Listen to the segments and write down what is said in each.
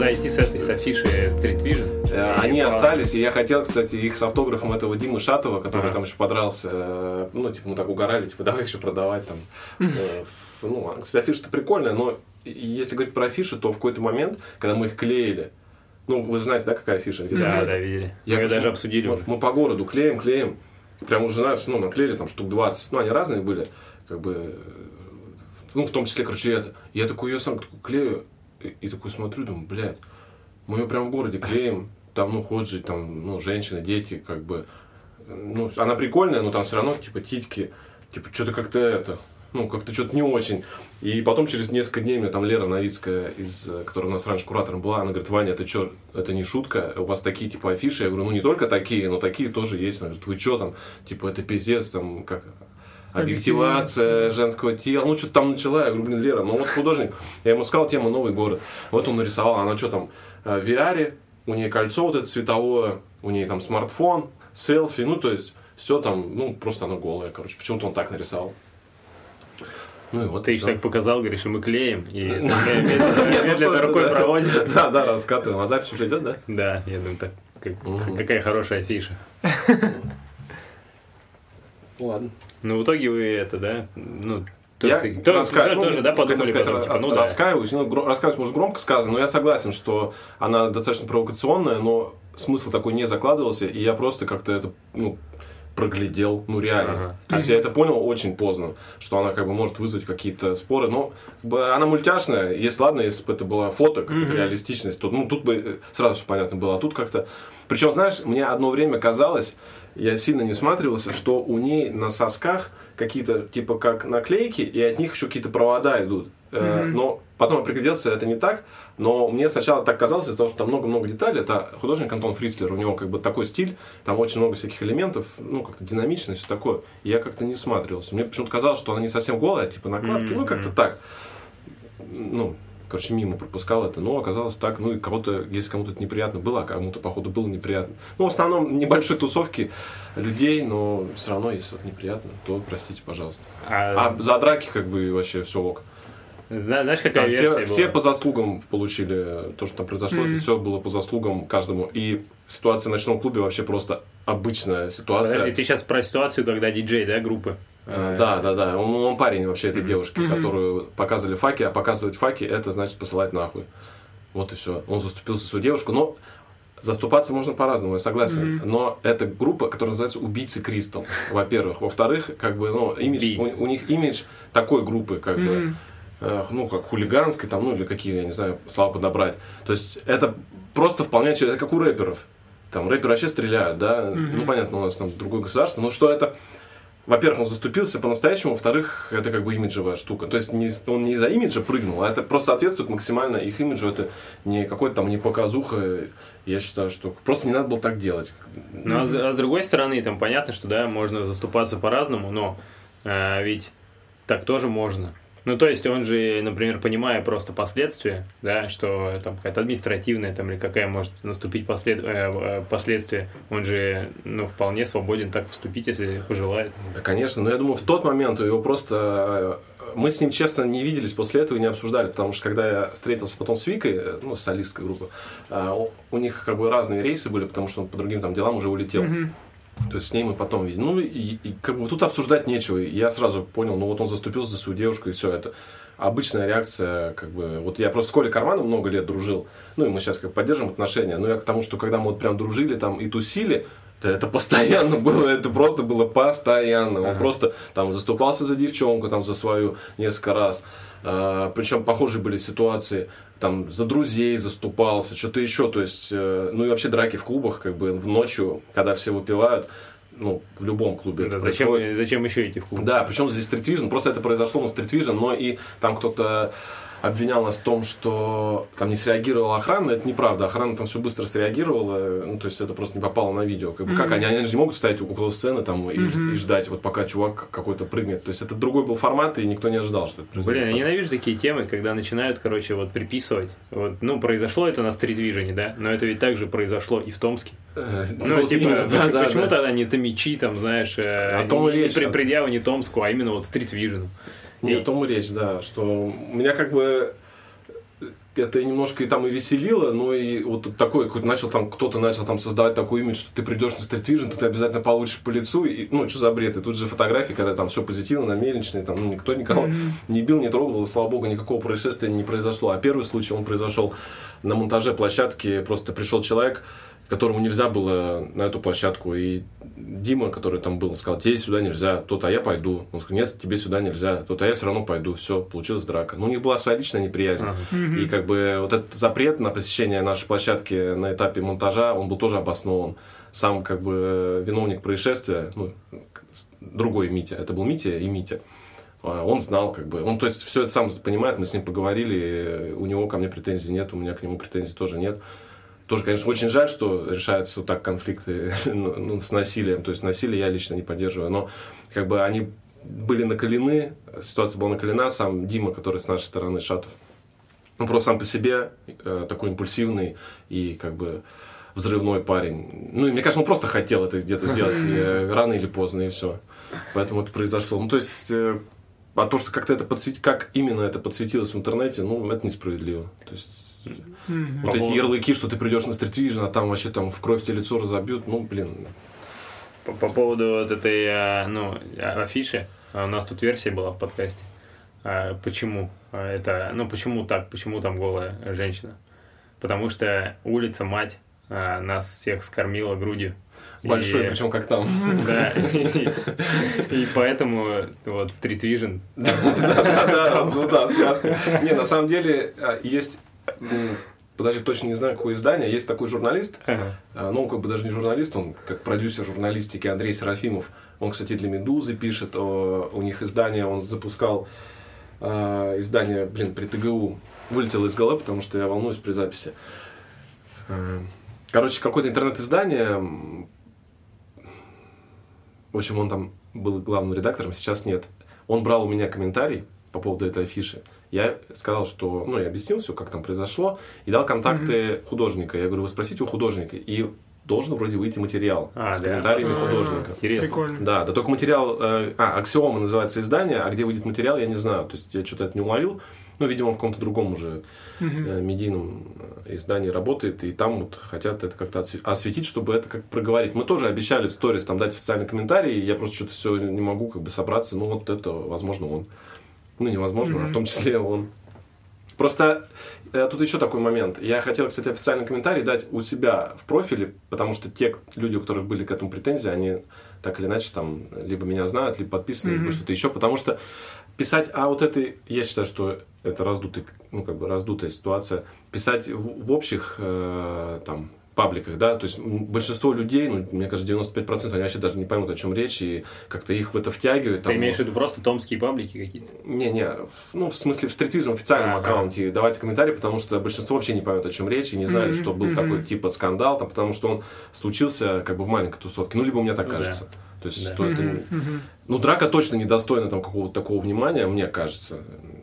зайти с афиши Street Vision. Они остались, и я хотел, кстати, их с автографом этого Димы Шатова, который там еще подрался. Ну, типа, мы так угорали, типа, давай еще продавать там. Ну, кстати, афиша-то прикольная, но если говорить про афиши, то в какой-то момент, когда мы их клеили, ну, вы знаете, да, какая афиша? Да, видели. Мы даже обсудили уже. Мы по городу клеим. Прям уже, знаешь, ну, наклеили там штук 20. Ну, они разные были, как бы, ну, в том числе, короче, это. Я такой ее сам такой клею, и такой смотрю, думаю, блядь, мы ее прям в городе клеим, там, ну, ходят жить, там, ну, женщины, дети, как бы, ну, она прикольная, но там все равно, типа, титьки, типа, что-то как-то это, ну, как-то что-то не очень. И потом через несколько дней мне там Лера Новицкая, которая у нас раньше куратором была, она говорит, Ваня, это что, это не шутка, у вас такие, типа, афиши? Я говорю, ну, не только такие, но такие тоже есть. Она говорит, вы что там, типа, это пиздец, там, как... Объективация женского тела. Ну, что-то там начала. Я говорю, блин, Лера, ну вот художник. Я ему сказал тему «Новый город». Вот он нарисовал. Она что там, в VR, у нее кольцо вот это световое, у нее там смартфон, селфи. Ну, то есть, все там, ну, просто она голая, короче. Почему-то он так нарисовал. Ну, и вот ты еще так показал, говоришь, и мы клеим, и медленно рукой проводишь. Да, раскатываем. А запись уже идет, да? Да, я думаю, так, какая хорошая афиша. Ладно. Ну, в итоге вы это, да, ну, я тоже, да, подумали потом, типа, ну да. Раскаиваюсь, может, громко сказано, но я согласен, что она достаточно провокационная, но смысл такой не закладывался, и я просто как-то это, ну, проглядел, ну, реально. То есть я это понял очень поздно, что она как бы может вызвать какие-то споры, но она мультяшная, если бы это была фото, какая-то реалистичность, то, ну, тут бы сразу все понятно было, а тут как-то... Причем, знаешь, мне одно время казалось, я сильно не всматривался, что у ней на сосках какие-то, типа, как наклейки, и от них еще какие-то провода идут. Но потом я пригляделся, это не так. Но мне сначала так казалось, из-за того, что там много-много деталей. Это художник Антон Фрицлер, у него как бы такой стиль, там очень много всяких элементов, ну, как-то динамичность, все такое. И я как-то не всматривался. Мне почему-то казалось, что она не совсем голая, типа накладки, ну, как-то так. Ну, короче, мимо пропускал это, но оказалось так, ну, и если кому-то это неприятно было, а кому-то, походу, было неприятно. Ну, в основном, небольшой тусовки людей, но все равно, если это неприятно, то простите, пожалуйста. А за драки, как бы, вообще все ок. Знаешь, какая версия была? Все по заслугам получили то, что там произошло, это все было по заслугам каждому. И ситуация в ночном клубе вообще просто обычная ситуация. Подожди, ты сейчас про ситуацию, когда диджей, да, группы? Да. Он парень вообще этой девушки, которую показывали факи, а показывать факи это значит посылать нахуй. Вот и все. Он заступился за свою девушку, но заступаться можно по-разному, я согласен. Но это группа, которая называется «Убийцы Кристал», во-первых. Во-вторых, как бы, ну, у них имидж такой группы, как бы, ну, как хулиганской, там, ну, или какие, я не знаю, слова подобрать. То есть, это просто вполне, это как у рэперов. Там, рэперы вообще стреляют, да, ну, понятно, у нас там другое государство, но что это, во-первых, он заступился по-настоящему, во-вторых, это как бы имиджевая штука. То есть, он не из-за имиджа прыгнул, а это просто соответствует максимально их имиджу, это не какой-то там, не показуха, я считаю, что просто не надо было так делать. Ну, а с другой стороны, там понятно, что, да, можно заступаться по-разному, но ведь так тоже можно. Ну, то есть, он же, например, понимая просто последствия, да, что там какая-то административная там, или какая может наступить последствия, он же, ну, вполне свободен так поступить, если пожелает. Да, конечно, но я думаю, в тот момент его просто... Мы с ним, честно, не виделись после этого и не обсуждали, потому что, когда я встретился потом с Викой, ну, с солисткой группы, у них как бы разные рейсы были, потому что он по другим там делам уже улетел. То есть с ней мы потом видим. Ну, и как бы тут обсуждать нечего. Я сразу понял, ну вот он заступился за свою девушку, и все это. Обычная реакция, как бы. Вот я просто с Колей Карманом много лет дружил. Ну, и мы сейчас как поддерживаем отношения. Но я к тому, что когда мы вот прям дружили там и тусили, это постоянно было, это просто было постоянно. Он просто там заступался за девчонку, там за свою несколько раз. Причем похожие были ситуации. Там за друзей заступался, что-то еще, то есть, ну и вообще драки в клубах, как бы в ночью, когда все выпивают, ну, в любом клубе. Да, зачем еще идти в клуб? Да, причем здесь Street Vision, просто это произошло на Street Vision, но и там кто-то обвинял нас в том, что там не среагировала охрана, это неправда, охрана там все быстро среагировала, ну, то есть это просто не попало на видео, как бы, как они же не могут стоять около сцены там и ждать, вот пока чувак какой-то прыгнет, то есть это другой был формат, и никто не ожидал, что это произойдет. Блин, я ненавижу такие темы, когда начинают, короче, вот приписывать, вот, ну, произошло это на Street Vision, да, но это ведь также произошло и в Томске. Ну, типа, почему тогда не Томичи, там, знаешь, не предъявы не Томску, а именно вот Street Vision. Не о том и речь, да, что у меня как бы это немножко и там и веселило, но и вот такой, кто-то начал там создавать такой имидж, что ты придешь на Street Vision, ты обязательно получишь по лицу, и, ну, что за бред, и тут же фотографии, когда там все позитивно, намеренное, там, ну, никто никого не бил, не трогал, слава богу, никакого происшествия не произошло. А первый случай, он произошел на монтаже площадки, просто пришел человек, которому нельзя было на эту площадку, и Дима, который там был, сказал, тебе сюда нельзя, тот, а я пойду. Он сказал, нет, тебе сюда нельзя, тот, а я все равно пойду. Все, получилась драка. Но у них была своя личная неприязнь. И как бы вот этот запрет на посещение нашей площадки на этапе монтажа, он был тоже обоснован. Сам как бы виновник происшествия, ну, другой Митя, это был Митя и Митя. Он знал, как бы, он, то есть, все это сам понимает, мы с ним поговорили, у него ко мне претензий нет, у меня к нему претензий тоже нет. Тоже, конечно, очень жаль, что решаются вот так конфликты с насилием. То есть насилие я лично не поддерживаю. Но как бы они были накалены, ситуация была накалена. Сам Дима, который с нашей стороны, Шатов, он просто сам по себе такой импульсивный и как бы взрывной парень. Ну, и мне кажется, он просто хотел это где-то сделать рано или поздно, и все. Поэтому это произошло. Ну, то есть, а то, что как-то это как именно это подсветилось в интернете, ну, это несправедливо. То есть, вот эти ярлыки, что ты придешь на Street Vision, а там вообще там в кровь тебе лицо разобьют, ну, блин. По поводу вот этой, ну, афиши, у нас тут версия была в подкасте. Почему это, ну, почему так, почему там голая женщина? Потому что улица мать нас всех скормила грудью. Большой, причем как там. Да, и поэтому вот Street Vision. Да, ну да, связка. Не, на самом деле есть... Подожди, точно не знаю, какое издание. Есть такой журналист, ну, он как бы даже не журналист, он как продюсер журналистики Андрей Серафимов. Он, кстати, для «Медузы» пишет, у них издание, он запускал издание, при ТГУ. Вылетело из головы, потому что я волнуюсь при записи. Короче, какое-то интернет-издание, в общем, он там был главным редактором, сейчас нет. Он брал у меня комментарий по поводу этой афиши. Я сказал, что, ну, я объяснил все, как там произошло, и дал контакты художника. Я говорю, вы спросите у художника. И должен вроде выйти материал с комментариями художника. Интересно. Прикольно. Да, только материал... «Аксиома» называется издание, а где выйдет материал, я не знаю. То есть, я что-то это не уловил. Ну, видимо, в каком-то другом уже медийном издании работает, и там вот хотят это как-то осветить, чтобы это как проговорить. Мы тоже обещали в сторис там дать официальный комментарий, я просто что-то все не могу как бы собраться. Ну, вот это, возможно, он. Ну, невозможно, а в том числе он. Просто тут еще такой момент. Я хотел, кстати, официальный комментарий дать у себя в профиле, потому что те люди, у которых были к этому претензии, они так или иначе там либо меня знают, либо подписаны, либо что-то еще. Потому что писать, вот это, я считаю, что это раздутая ситуация. Писать в общих там пабликах, да, то есть большинство людей, ну, мне кажется, 95%, они вообще даже не поймут, о чем речь, и как-то их в это втягивают. Ты имеешь в виду просто томские паблики какие-то? Не, ну, в смысле, в Street Vision официальном аккаунте давайте комментарии, потому что большинство вообще не поймет, о чем речь, и не знали, что был такой типа скандал, там, потому что он случился как бы в маленькой тусовке, ну, либо мне так кажется. То есть, что это... Ну, драка точно недостойна там какого-то такого внимания, мне кажется.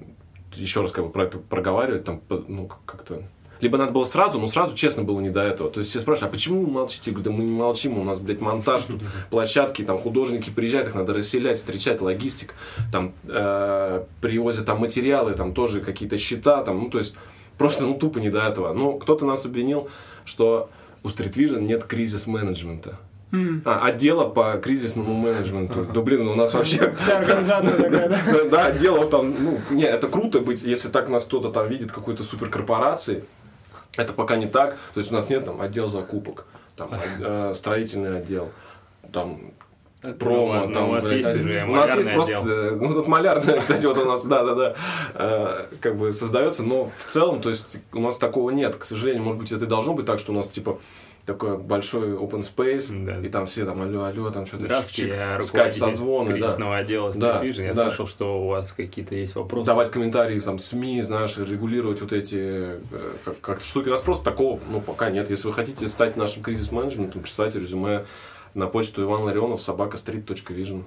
Еще раз как бы про это проговаривать, там, ну, как-то... Либо надо было сразу, но сразу, честно, было не до этого. То есть все спрашивают, а почему вы молчите? Я говорю, да мы не молчим, у нас, блядь, монтаж, тут площадки, там художники приезжают, их надо расселять, встречать, логистик, там привозят там материалы, там тоже какие-то счета, там, ну, то есть просто, ну, тупо не до этого. Но кто-то нас обвинил, что у Street Vision нет кризис-менеджмента. Отдела по кризисному менеджменту. Да, блин, у нас вообще... Вся организация такая, да? Да, отделов там... Ну, не, это круто быть, если так нас кто-то там видит, какой-то суперкорпорации. Это пока не так. То есть у нас нет там отдел закупок, там строительный отдел, там промо, ну, там... у вас есть уже у нас есть малярный просто... Ну, тут малярный, кстати, вот у нас, да, как бы создается, но в целом, то есть у нас такого нет. К сожалению, может быть, это и должно быть так, что у нас, типа, такой большой open space, и там все там алло, там что-то скайп-созвоны. Кризисного отдела Street Vision. Я слышал, что у вас какие-то есть вопросы. Давать комментарии, там, СМИ, знаешь, регулировать вот эти как-то штуки. У нас просто такого, ну, пока нет. Если вы хотите стать нашим кризис-менеджментом, присылайте резюме на почту Иван Ларионов, @street.vision.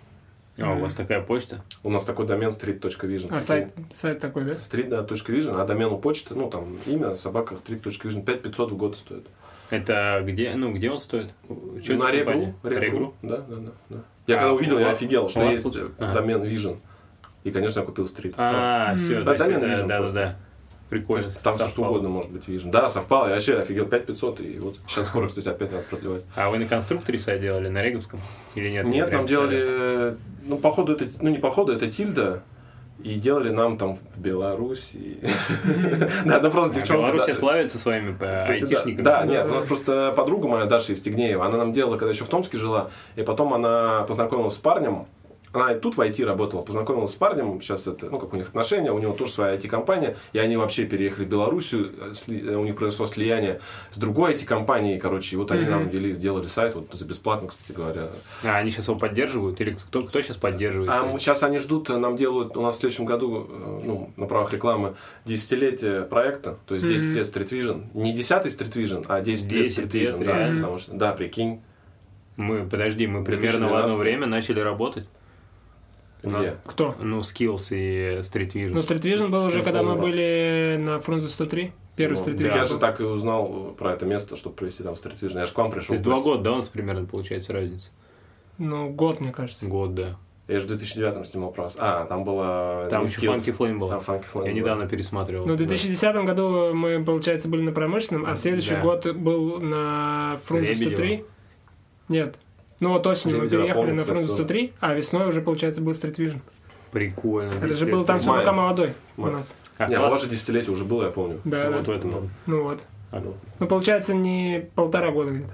А у вас такая почта? У нас такой домен street.vision. А сайт такой, да? Street.vision, а домену почты, ну, там, имя, @street.vision, 5500 в год стоит. Это где? Ну, где он стоит? На Регру. Да. Я когда увидел, я офигел, что есть домен Vision. И, конечно, я купил Street. Все, домен Vision. Да. Прикольно. То есть там все что угодно может быть Vision. Да, совпало. Я вообще офигел, 5500, и вот сейчас скоро, кстати, опять надо продлевать. А вы на конструкторе сайт делали, на Реговском? Или нет? Нет, нам делали, ну, походу, это, ну, не походу, это Тильда, и делали нам там в Беларуси. Да, да, просто девчонка. Беларусь славится своими айтишниками. Да, нет, у нас просто подруга моя, Даша Евстигнеева, она нам делала, когда еще в Томске жила, и потом она познакомилась с парнем. Она и тут в IT работала, познакомилась с парнем, сейчас это, ну, как у них отношения, у него тоже своя IT-компания, и они вообще переехали в Белоруссию, у них произошло слияние с другой IT-компанией, короче, и вот они нам делали сайт, вот за бесплатно, кстати говоря. А они сейчас его поддерживают? Или кто сейчас поддерживает? Сейчас они ждут, нам делают, у нас в следующем году, ну, на правах рекламы, 10-летие проекта, то есть 10 лет Street Vision. Не 10-й Street Vision, а 10 лет Street Vision, да, потому что, да, прикинь. Мы примерно в одно время начали работать. Где? Кто? Ну, Skills и Street Vision. Ну, Street Vision был уже, когда мы были на Фрунзе 103. Первый Street Vision. Я же так и узнал про это место, чтобы провести там Street Vision. Я же к вам пришел. То есть 2 года, да, у нас примерно получается разница? Ну, год, мне кажется. Год, да. Я же в 2009-м снимал просто. Там была... Там еще Funky Flame была. Я недавно пересматривал. Ну, в 2010 году мы, получается, были на промышленном, а следующий год был на Фрунзе 103. Нет. Ну, вот осенью мы переехали на Фрунзе 103, а весной уже, получается, был Street Vision. Прикольно. Это же был там все пока молодой у нас. Не, у вас же десятилетие уже было, я помню. Да, вот в этом году. Ну вот. Ну, получается, не 1,5 года где-то.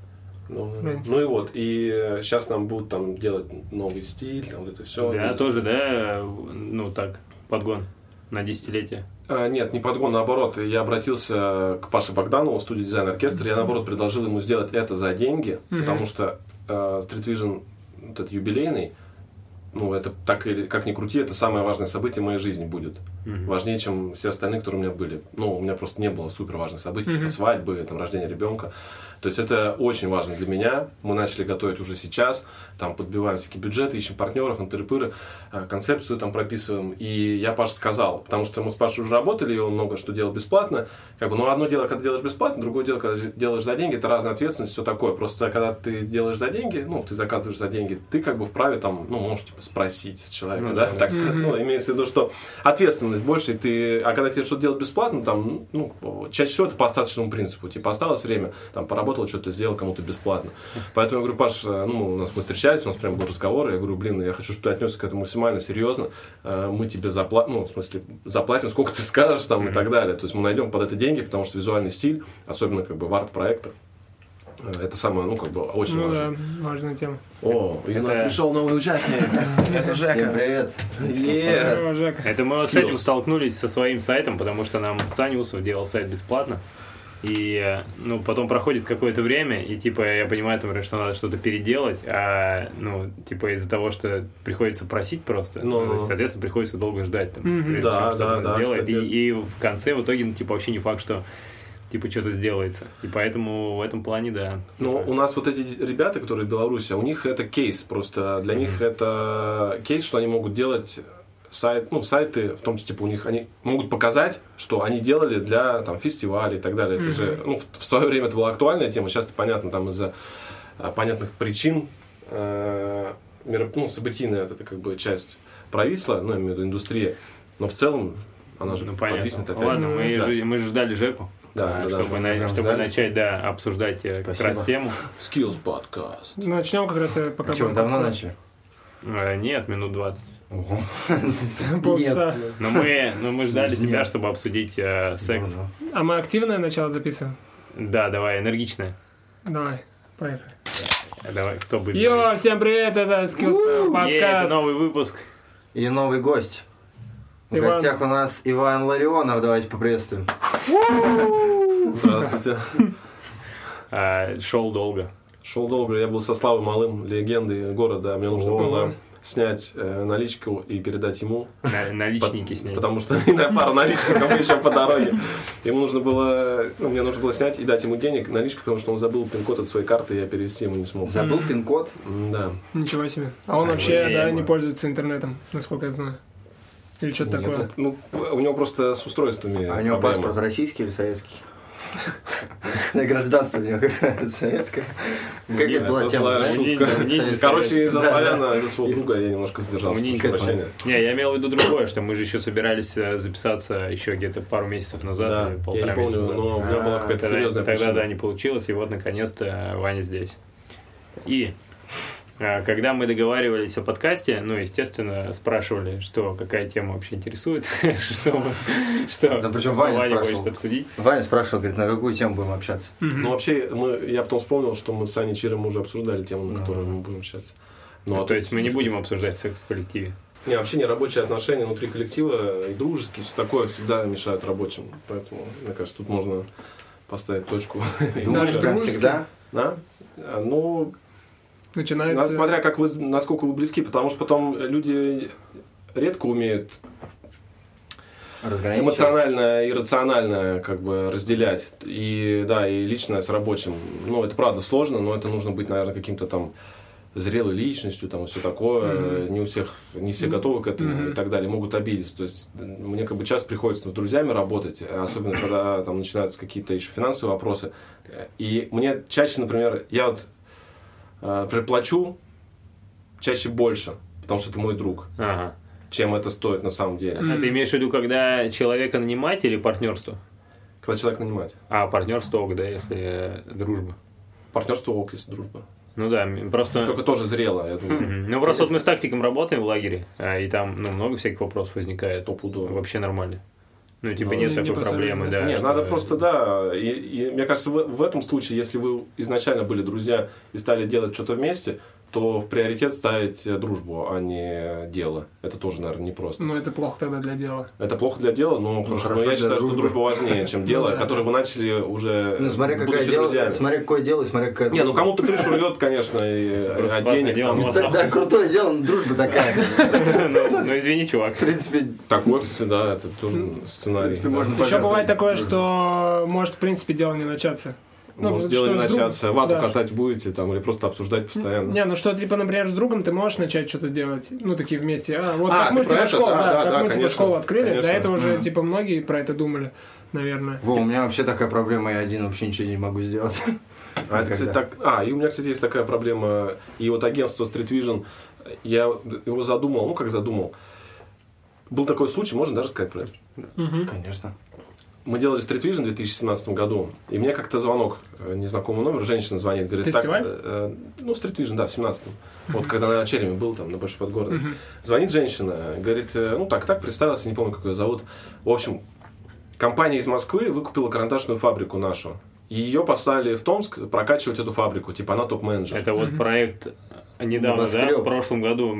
Ну и вот, и сейчас нам будут там делать новый стиль, там вот это все. Да, тоже, да, ну так, подгон на десятилетие. Нет, не подгон, наоборот. Я обратился к Паше Богданову, студии дизайн оркестра. Я, наоборот, предложил ему сделать это за деньги, потому что Street Vision, вот этот юбилейный, ну, это так или как ни крути, это самое важное событие в моей жизни будет. Важнее, чем все остальные, которые у меня были. Ну, у меня просто не было супер важных событий, типа свадьбы, там, рождения ребенка. То есть это очень важно для меня. Мы начали готовить уже сейчас, там подбиваем всякие бюджеты, ищем партнеров, интерпыры, концепцию там прописываем. И я Паше сказал, потому что мы с Пашей уже работали, и он много что делал бесплатно. Как бы, ну, одно дело, когда делаешь бесплатно, другое дело, когда делаешь за деньги, это разная ответственность, все такое. Просто когда ты делаешь за деньги, ну, ты заказываешь за деньги, ты как бы вправе там, ну, можешь типа спросить с человека, да, так сказать. Ну, имеется в виду, что ответственность больше, и ты, а когда тебе что-то делать бесплатно, там, ну, чаще всего это по остаточному принципу, типа осталось время, там, поработал, что-то сделал кому-то бесплатно. Поэтому я говорю, Паш, ну, мы встречались, у нас прям был разговор, я говорю, блин, я хочу, чтобы ты отнесся к этому максимально серьезно, мы тебе заплатим, ну, в смысле, заплатим, сколько ты скажешь, там, и так далее. То есть мы найдем под это деньги, потому что визуальный стиль, особенно как бы в арт-проектах, это самое, ну, как бы, очень важно. Да, важная тема. О, и у нас пришел новый участник. Это Жека. Всем привет. Жека. Это мы с этим столкнулись со своим сайтом, потому что нам Саня Усов делал сайт бесплатно. И, ну, потом проходит какое-то время, и, типа, я понимаю, там, что надо что-то переделать, а, ну, типа, из-за того, что приходится просить просто, то есть, соответственно, приходится долго ждать, там, прежде чем что-то сделать. И в конце, в итоге, ну, типа, вообще не факт, что типа что-то сделается. И поэтому в этом плане, да. Ну, у нас вот эти ребята, которые в Беларуси, у них это кейс просто. Для них это кейс, что они могут делать сайты, в том числе, типа, у них они могут показать, что они делали для там, фестивалей и так далее. Это же, ну, в свое время это была актуальная тема, сейчас это понятно, там из-за понятных причин событийная это как бы часть провисла, ну, я имею в виду индустрия, но в целом она же подвиснет опять. Ладно, мы же ждали Жеку. Да, чтобы начать, да, обсуждать как раз тему. Skills подкаст. Начнем как раз пока. Что, давно начали? Нет, минут 20. Ого. Полчаса. Но мы ждали тебя, чтобы обсудить секс. А мы активное начало записываем? Да, давай, энергичное. Давай, поехали. Давай, кто будет? Йо, всем привет, это Skills подкаст. Это новый выпуск. И новый гость. В гостях у нас Иван Ларионов, давайте поприветствуем. Здравствуйте. Шел долго. Я был со Славой Малым, легендой города. Мне нужно было снять наличку и передать ему. Наличники снять. Потому что пару наличников еще по дороге. Ему нужно было, мне нужно было снять и дать ему денег, наличку, потому что он забыл пин-код от своей карты, и я перевести ему не смог. Забыл пин-код? Да. Ничего себе. А он вообще, да, не пользуется интернетом, насколько я знаю. Или что-то такое? Ну, у него просто с устройствами. А у него паспорт российский или советский? Гражданство у него какое-то советское. Как это была тема? Короче, из-за славяна, из-за своего друга я немножко задержался. Не, я имел в виду другое, что мы же еще собирались записаться еще где-то пару месяцев назад. Да, я не помню, но у меня была какая-то серьезная причина. Тогда, да, не получилось, и вот, наконец-то, Ваня здесь. И когда мы договаривались о подкасте, ну, естественно, спрашивали, какая тема вообще интересует, что да, причем Ваня хочет обсудить. Ваня спрашивал, говорит, на какую тему будем общаться. Ну, вообще, я потом вспомнил, что мы с Аней Чиром уже обсуждали тему, на которую мы будем общаться. То есть мы не будем обсуждать секс в коллективе? Не, вообще не рабочие отношения внутри коллектива и дружеские, все такое всегда мешают рабочим. Поэтому, мне кажется, тут можно поставить точку. Думаешь, прям всегда? Да? Ну... Начинается... Смотря насколько вы близки, потому что потом люди редко умеют эмоционально и рационально как бы разделять. И да, и личное с рабочим. Ну, это правда сложно, но это нужно быть, наверное, каким-то там зрелой личностью, там и все такое. Не все готовы к этому и так далее, могут обидеться. То есть мне как бы часто приходится с друзьями работать, особенно когда там начинаются какие-то еще финансовые вопросы. И мне чаще, например, я вот приплачу чаще больше, потому что это мой друг, чем это стоит на самом деле. А ты имеешь в виду, когда человека нанимать или партнерство? Когда человека нанимать. А партнерство ок, да, если дружба? Партнерство ок, если дружба. Ну да, просто... Только тоже зрело, я думаю. Ну просто вот мы с тактиком работаем в лагере, и там много всяких вопросов возникает. Стопудово. Вообще нормально. Ну, типа, нет такой проблемы, да. Нет, надо просто, да. И мне кажется, в этом случае, если вы изначально были друзья и стали делать что-то вместе, то в приоритет ставить дружбу, а не дело. Это тоже, наверное, непросто. Ну, это плохо тогда для дела. Это плохо для дела, но я считаю, что дружба важнее, чем дело, которое вы начали уже, будучи друзьями. Смотря какое дело и смотря какая дружба. Не, ну кому-то крышу рвет, конечно, и денег. Да, крутое дело, но дружба такая. Ну, извини, чувак. В принципе... Такой, кстати, да, это тоже сценарий. Еще бывает такое, что может, в принципе, дело не начаться. Может, дело не начаться, вату катать будете там или просто обсуждать постоянно. Не, ну что, типа, например, с другом ты можешь начать что-то делать, ну, такие вместе. Вот как мы типа школу, как мы типа школу открыли, до этого уже, типа, многие про это думали, наверное. Во, у меня вообще такая проблема, я один вообще ничего не могу сделать. Это, кстати, так... и у меня, кстати, есть такая проблема, и вот агентство Street Vision, я его задумал, как задумал. Был такой случай, можно даже сказать про это? Конечно. Мы делали Street Vision в 2017 году, и мне как-то звонок, незнакомый номер, женщина звонит, говорит, фестиваль? Street Vision, да, в 17-м. Вот когда на Череме был, там, на Большой Подгорной. Звонит женщина, говорит, так, представилась, я не помню, как ее зовут. В общем, компания из Москвы выкупила карандашную фабрику нашу. И ее послали в Томск прокачивать эту фабрику, типа она топ-менеджер. Это вот проект... Недавно, да? В прошлом году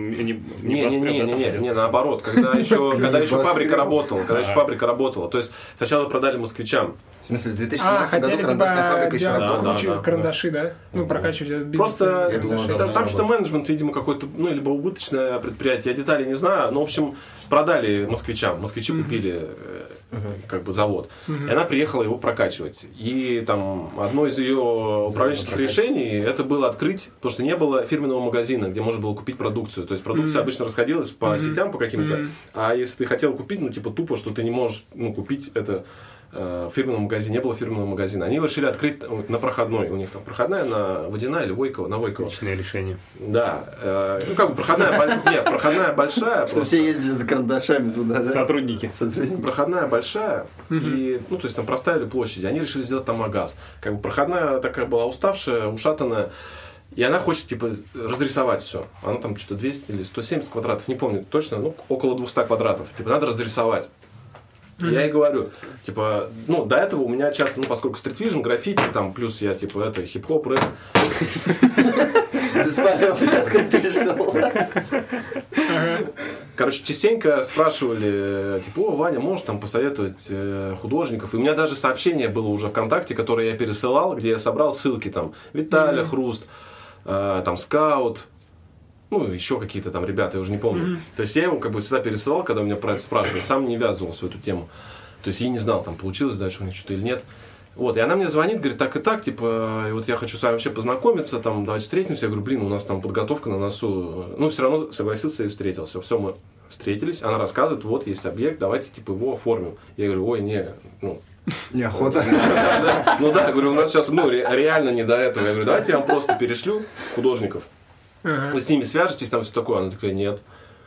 не, наоборот, когда еще фабрика работала, то есть сначала продали москвичам. В смысле, в 2017 году карандашная фабрика еще работала? Карандаши, да? Ну, прокачивать бизнес. Просто там что-то менеджмент, видимо, какой-то, либо убыточное предприятие, я деталей не знаю, но, в общем, продали москвичам, москвичи купили как бы завод, и она приехала его прокачивать. И там одно из ее управленческих решений это было открыть, потому что не было фирменного магазина, где можно было купить продукцию. То есть продукция обычно расходилась по сетям, по каким-то, а если ты хотел купить, типа тупо, что ты не можешь купить это в фирменном магазине, не было фирменного магазина. Они решили открыть на Проходной. У них там проходная на Водяная или Войкова, на Войкова. Отличное решение. Да. Проходная большая. Что все ездили за карандашами туда, да? Сотрудники. Проходная большая. И, то есть там проставили площади. Они решили сделать там магаз. Как бы проходная такая была уставшая, ушатанная. И она хочет, типа, разрисовать все. Она там что-то 200 или 170 квадратов, не помню точно, около 200 квадратов. Типа, надо разрисовать. Я ей говорю, типа, до этого у меня часто, поскольку Street Vision, граффити, там, плюс я, типа, хип-хоп, рэп. Беспалевный открытый решил. Короче, частенько спрашивали, типа, Ваня, можешь там посоветовать художников? И у меня даже сообщение было уже ВКонтакте, которое я пересылал, где я собрал ссылки, там, Виталя, Хруст, там, Скаут, еще какие-то там ребята, я уже не помню. То есть я его как бы всегда пересылал, когда меня про это спрашивали, сам не ввязывался в эту тему. То есть я не знал, там получилось дальше у них что-то или нет. Вот, и она мне звонит, говорит, так и так, типа, и вот я хочу с вами вообще познакомиться, там, давайте встретимся. Я говорю, у нас там подготовка на носу. Все равно согласился и встретился. Все, мы встретились, она рассказывает, вот есть объект, давайте типа его оформим. Я говорю, ой, не, неохота. Ну да, говорю, у нас сейчас реально не до этого. Я говорю, давайте я вам просто перешлю художников. Вы с ними свяжетесь, там все такое. Она такая, нет.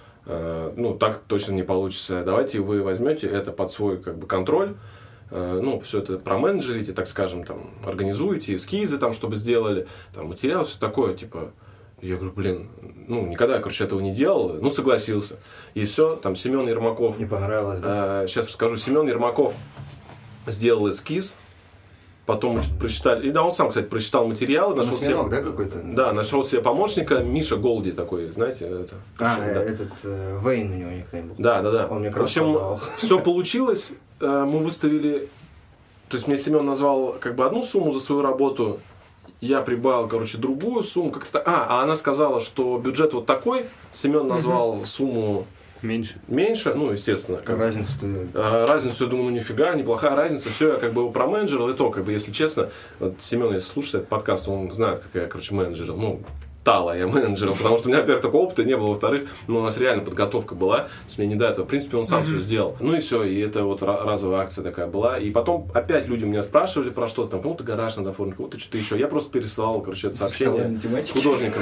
Так точно не получится. Давайте вы возьмете это под свой как бы контроль. Все это променеджерите, так скажем, там, организуете, эскизы там, чтобы сделали, там, материал, все такое, типа. Я говорю, никогда, этого не делал. Согласился. И все, там, Семен Ермаков. Не понравилось, да? Сейчас расскажу. Семен Ермаков сделал эскиз, потом мы прочитали, и да, он сам, кстати, прочитал материалы, нашел себе, да, какой-то? Да, нашел себе помощника, Миша Голди такой, знаете, этот Вейн у него никнейм был. Да. Он мне в общем, все получилось, мы выставили, то есть мне Семен назвал как бы одну сумму за свою работу, я прибавил, другую сумму, а она сказала, что бюджет вот такой, Семен назвал сумму меньше, естественно. Разницу, я думаю, нифига, неплохая разница. Все, я его променеджерил, и то, если честно, Семен, если слушает этот подкаст, он знает, как я, менеджерил. Я менеджерил, потому что у меня, во-первых, такого опыта не было, во-вторых, у нас реально подготовка была, то есть мне не до этого. В принципе, он сам все сделал. И все, и это вот разовая акция такая была. И потом опять люди меня спрашивали про что-то, там, кому-то гараж надо оформить, кому-то что-то еще. Я просто пересылал, это сообщение художникам.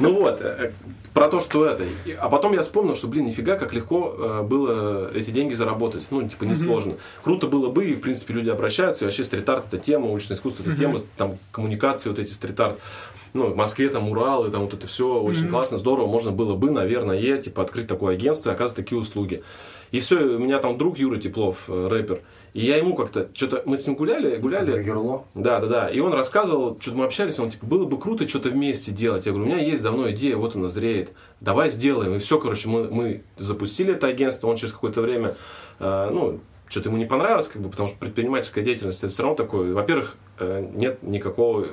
Про то, что это. А потом я вспомнил, что, нифига, как легко было эти деньги заработать. Несложно. Круто было бы, и, в принципе, люди обращаются, и вообще стрит-арт это тема, уличное искусство это тема, там, коммуникации, вот эти стрит-арт. В Москве там Урал, и там вот это все очень классно, здорово. Можно было бы, наверное, открыть такое агентство и оказывать такие услуги. И все, у меня там друг Юра Теплов, рэпер. И я ему что-то, мы с ним гуляли. Юрло? Да. И он рассказывал, что-то мы общались, он было бы круто что-то вместе делать. Я говорю, у меня есть давно идея, вот она зреет. Давай сделаем. И все, мы запустили это агентство, он через какое-то время, что-то ему не понравилось, потому что предпринимательская деятельность, это все равно такое. Во-первых, нет никакого,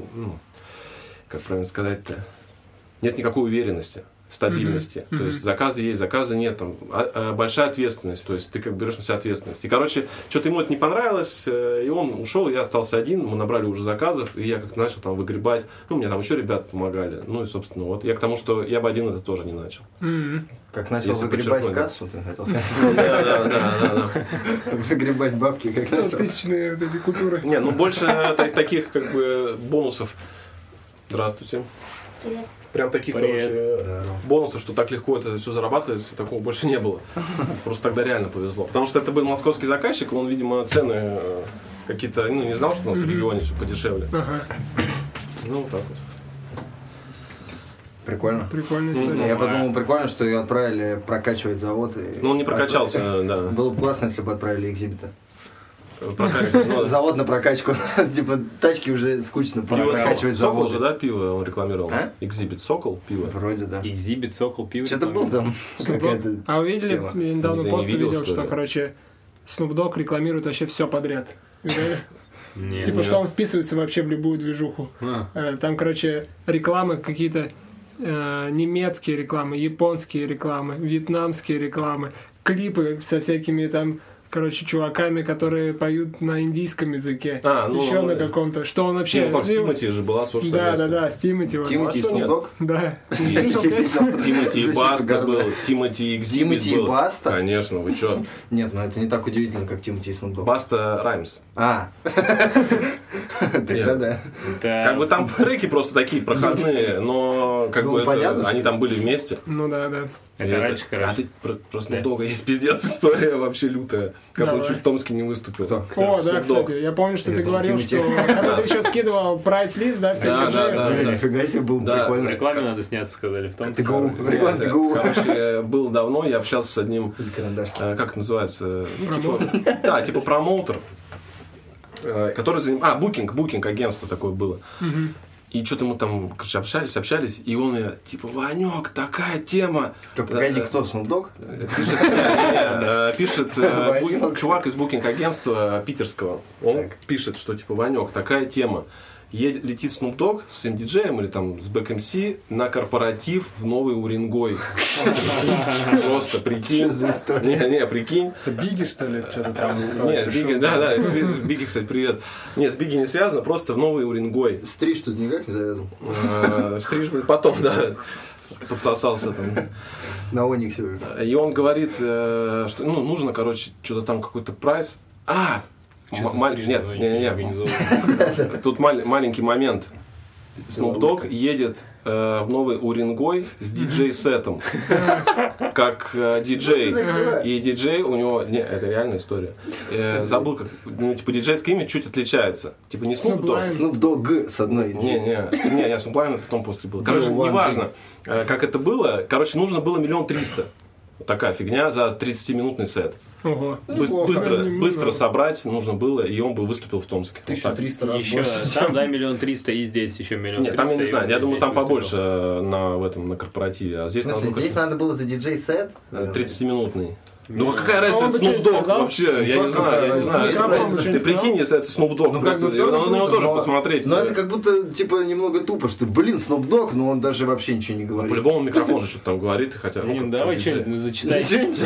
как правильно сказать-то, нет никакой уверенности, стабильности. То есть заказы есть, заказы нет. Там, большая ответственность. То есть ты берешь на себя ответственность. И, что-то ему это не понравилось, и он ушел, я остался один, мы набрали уже заказов, и я начал там выгребать. Мне там еще ребята помогали. И, собственно, вот я к тому, что я бы один это тоже не начал. Как начал выгребать кассу, ты хотел сказать? Да. Выгребать бабки, как начал. 100-тысячные вот эти купюры. Не, больше таких, бонусов. Здравствуйте. Привет. Прям таких, бонусов, что так легко это все зарабатывается, такого больше не было. Просто тогда реально повезло. Потому что это был московский заказчик, он, видимо, цены какие-то, не знал, что у нас в регионе все подешевле. Вот так вот. Прикольно. Прикольная история. Я подумал, прикольно, что ее отправили прокачивать завод. Он не прокачался, да. Было бы классно, если бы отправили экзибита. Завод на прокачку. Типа тачки уже скучно прокачивать завод. Сокол же, да, пиво он рекламировал? Экзибит Сокол, пиво. Вроде, да. Экзибит, Сокол, пиво. Что-то был там. А вы видели, я недавно пост увидел, что, Snoop Dogg рекламирует вообще все подряд. Видели? Нет. Типа, что он вписывается вообще в любую движуху. Там, рекламы какие-то немецкие рекламы, японские рекламы, вьетнамские рекламы, клипы со всякими там чуваками, которые поют на индийском языке. Еще на каком-то. Что он вообще... с Тимати же была, Да, с Тимати. Тимати и Snoop Dogg? Да. Тимати и Баста был. Тимати и Экзибит был. Тимати и Баста? Конечно, вы что? Нет, это не так удивительно, как Тимати и Snoop Dogg. Баста Раймс. Тогда да. Там треки просто такие проходные, но они там были вместе. Да. Это раньше, А ты просто долго есть пиздец, история вообще лютая. Как он чуть в Томске не выступил. О, да, кстати, я помню, что ты говорил, что когда ты еще скидывал прайс-лист, да, все Да. Нифига себе, было прикольно. В рекламе надо сняться, сказали, в Томске. В рекламе ты гу. Было давно, я общался с одним, как это называется? Да, типа промоутер, который занимается... букинг агентство такое было. И что-то мы там, общались, и он мне, Ванек, такая тема. Погоди, кто, Snoop Dogg? Пишет чувак из букинг-агентства питерского. Он пишет, что, Ванек, такая тема. Летит Snoop Dogg с MDJ или там с Back MC на корпоратив в Новый Уренгой. Просто прикинь. Не, прикинь. Это Биги, что ли, что-то там? Нет, Биги, да, с Биги, кстати, привет. Нет, с Биги не связано, просто в Новый Уренгой. Стриж тут никак не завязан? Стриж потом, да. подсосался там. На Ониксе уже. И он говорит, что нужно, короче, что-то там какой-то прайс. Нет. Тут маленький момент. Snoop Dogg едет в Новый Уренгой с диджей-сетом, как диджей. И диджей у него... Не, это реальная история. Забыл, как... типа, диджейское имя чуть отличается. Типа не Snoop Dogg. Snoop Dogg с одной. Не, Snoop Lion потом после был. Короче, неважно, как это было. Короче, нужно было 1 300 000. Такая фигня за 30-минутный сет. Ого. Быстро собрать нужно было, и он бы выступил в Томске. 1300 раз еще, больше. там, да, 1 300 000, и здесь еще 1 300 000. Нет, там я не знаю, я думаю, там выступил. побольше на корпоративе. А здесь, в смысле, здесь надо было за диджей-сет? 30-минутный. Ну какая разница, Snoop Dogg вообще, я не знаю. Ты прикинь, если это Snoop Dogg, ну как бы все равно на него тоже посмотреть. Но это как будто, типа, немного тупо, что, Snoop Dogg, но он даже вообще ничего не говорит. По-любому микрофон же что-то там говорит, хотя... Давай что-нибудь зачитай.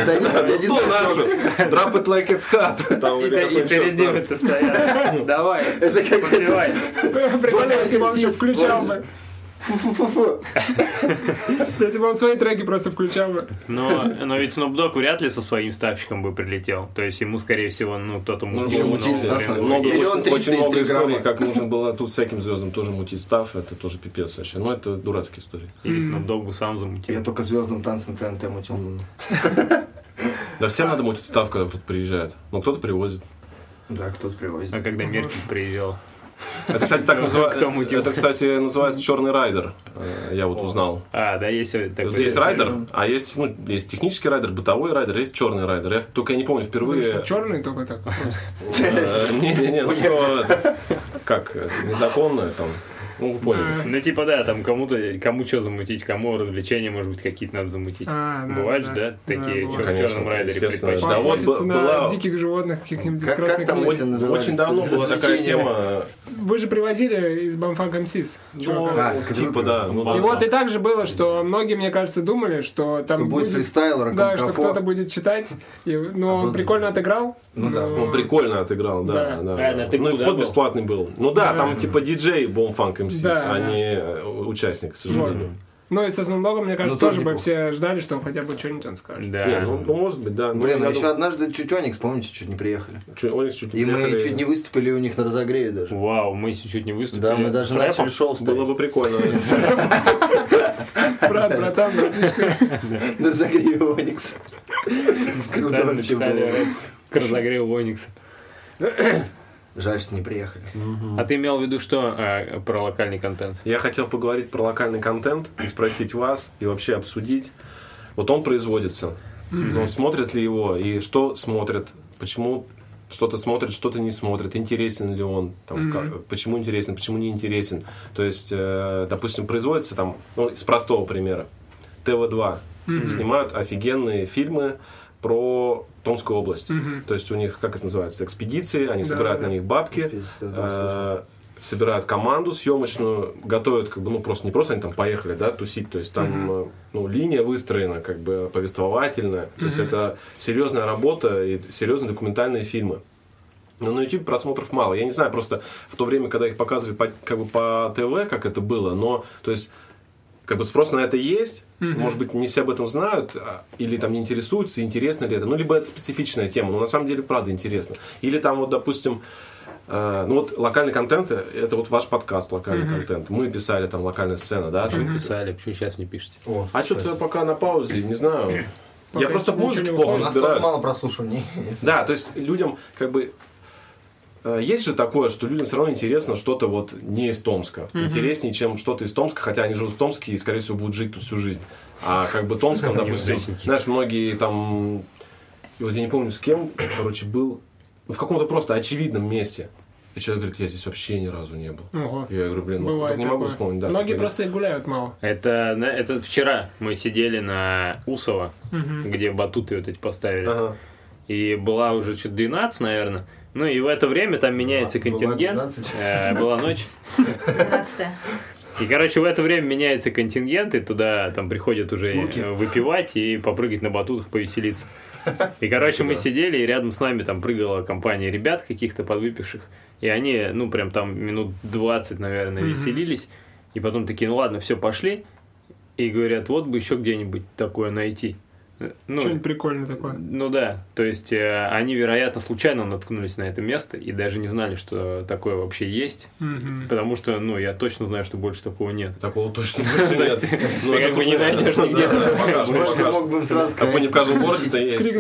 Drop it like it's hot. И перед ним это стоят. Давай, это как подпевай. Прикольно, если бы он все включал бы. Фу-фу-фу-фу. Если бы он свои треки просто включал бы. Но ведь Snoop Dogg вряд ли со своим ставщиком бы прилетел. То есть ему, скорее всего, кто-то мутил. Очень много историй, как нужно было тут с всяким звездам тоже мутить став. Это тоже пипец вообще. Но это дурацкие истории. Или Snoop Dogg бы сам замутил. Я только звездным танцем ТНТ мутил. Да всем надо мутить став, когда кто-то приезжает. Но кто-то привозит. Да, кто-то привозит. А когда Меркель приезжал? Это, кстати, кстати, называется черный райдер. Я вот узнал. Да, есть такой. Есть райдер, а есть технический райдер, бытовой райдер, есть черный райдер. Только я не помню впервые. Черный только так. Не, ну что, как незаконно там. Ну, вы поняли. Типа, да, там кому что замутить, кому развлечения, может быть, какие-то надо замутить. Бывают же, да, такие в черном райдере предпочтения. Да, вот на диких животных каких-нибудь из красных книг. Очень давно была такая тема. Вы же привозили из Бамфанк МСИС. Типа, да. И вот и так же было, что многие, мне кажется, думали, что там будет фристайл, да, что кто-то будет читать. Но он прикольно отыграл. Ну да. Он прикольно отыграл, да. Ну и вход бесплатный был. Ну да, там типа диджей Бамфанк МСИС, а не участник, к сожалению. Ну и со Snoop Dogg, мне кажется, тоже бы все ждали, что он хотя бы что-нибудь он скажет. Да. Не, ну может быть, да. Блин, еще однажды чуть Оникс, помните, чуть не приехали. И мы чуть не выступили у них на разогреве даже. Вау, мы чуть не выступили. Да, мы даже начали шоу ставить. Было бы прикольно. Братан, братишка. На разогреве Оникс. Круто вообще было. К разогреву Оникса. Жаль, что не приехали. А ты имел в виду что про локальный контент? Я хотел поговорить про локальный контент и спросить вас, и вообще обсудить. Вот он производится, но смотрят ли его, и что смотрят, почему что-то смотрят, что-то не смотрят, интересен ли он, почему интересен, почему не интересен. То есть, допустим, производится там, с простого примера, ТВ2 снимают офигенные фильмы про Томскую область. То есть у них, как это называется, экспедиции, они собирают на них бабки, собирают команду съемочную, готовят, как бы, просто не просто они там поехали, да, тусить, то есть там линия выстроена, как бы повествовательная, то есть это серьезная работа и серьезные документальные фильмы. Но на YouTube просмотров мало. Я не знаю, просто в то время, когда их показывали по ТВ, как это было, но, то есть, как бы спрос на это есть, может быть, не все об этом знают, или там не интересуются, интересно ли это, либо это специфичная тема, но на самом деле, правда, интересно. Или там, вот, допустим, локальный контент, это вот ваш подкаст, локальный контент. Мы писали там локальная сцена, да? Почему писали, почему сейчас не пишете? Что-то пока на паузе, не знаю. Я просто в музыке плохо разбираюсь. У нас тоже мало прослушиваний. Да, то есть людям, как бы, есть же такое, что людям все равно интересно что-то вот не из Томска. Интереснее, чем что-то из Томска, хотя они живут в Томске и, скорее всего, будут жить тут всю жизнь. А как бы Томском, допустим, знаешь, многие там, вот я не помню с кем, короче, был в каком-то просто очевидном месте. И человек говорит, я здесь вообще ни разу не был. Я говорю, блин, не могу вспомнить. Да, многие просто гуляют мало. Это вчера мы сидели на Усово, где батуты вот эти поставили. И была уже что-то 12, наверное. Ну и в это время там меняется контингент. Была ночь. 12-я. И, короче, в это время меняется контингент, и туда там приходят уже выпивать и попрыгать на батутах, повеселиться. И, короче, мы сидели, и рядом с нами там прыгала компания ребят каких-то подвыпивших. И они, прям там минут 20, наверное, веселились. И потом такие, ладно, все, пошли. и говорят, вот бы еще где-нибудь такое найти. Ну, что-нибудь прикольное такое. Ну да, то есть они, вероятно, случайно наткнулись на это место и даже не знали, что такое вообще есть, потому что, ну, я точно знаю, что больше такого нет. Такого точно больше нет. Ты как бы не найдешь нигде. Мог бы им сразу сказать. Не в каждом городе-то есть.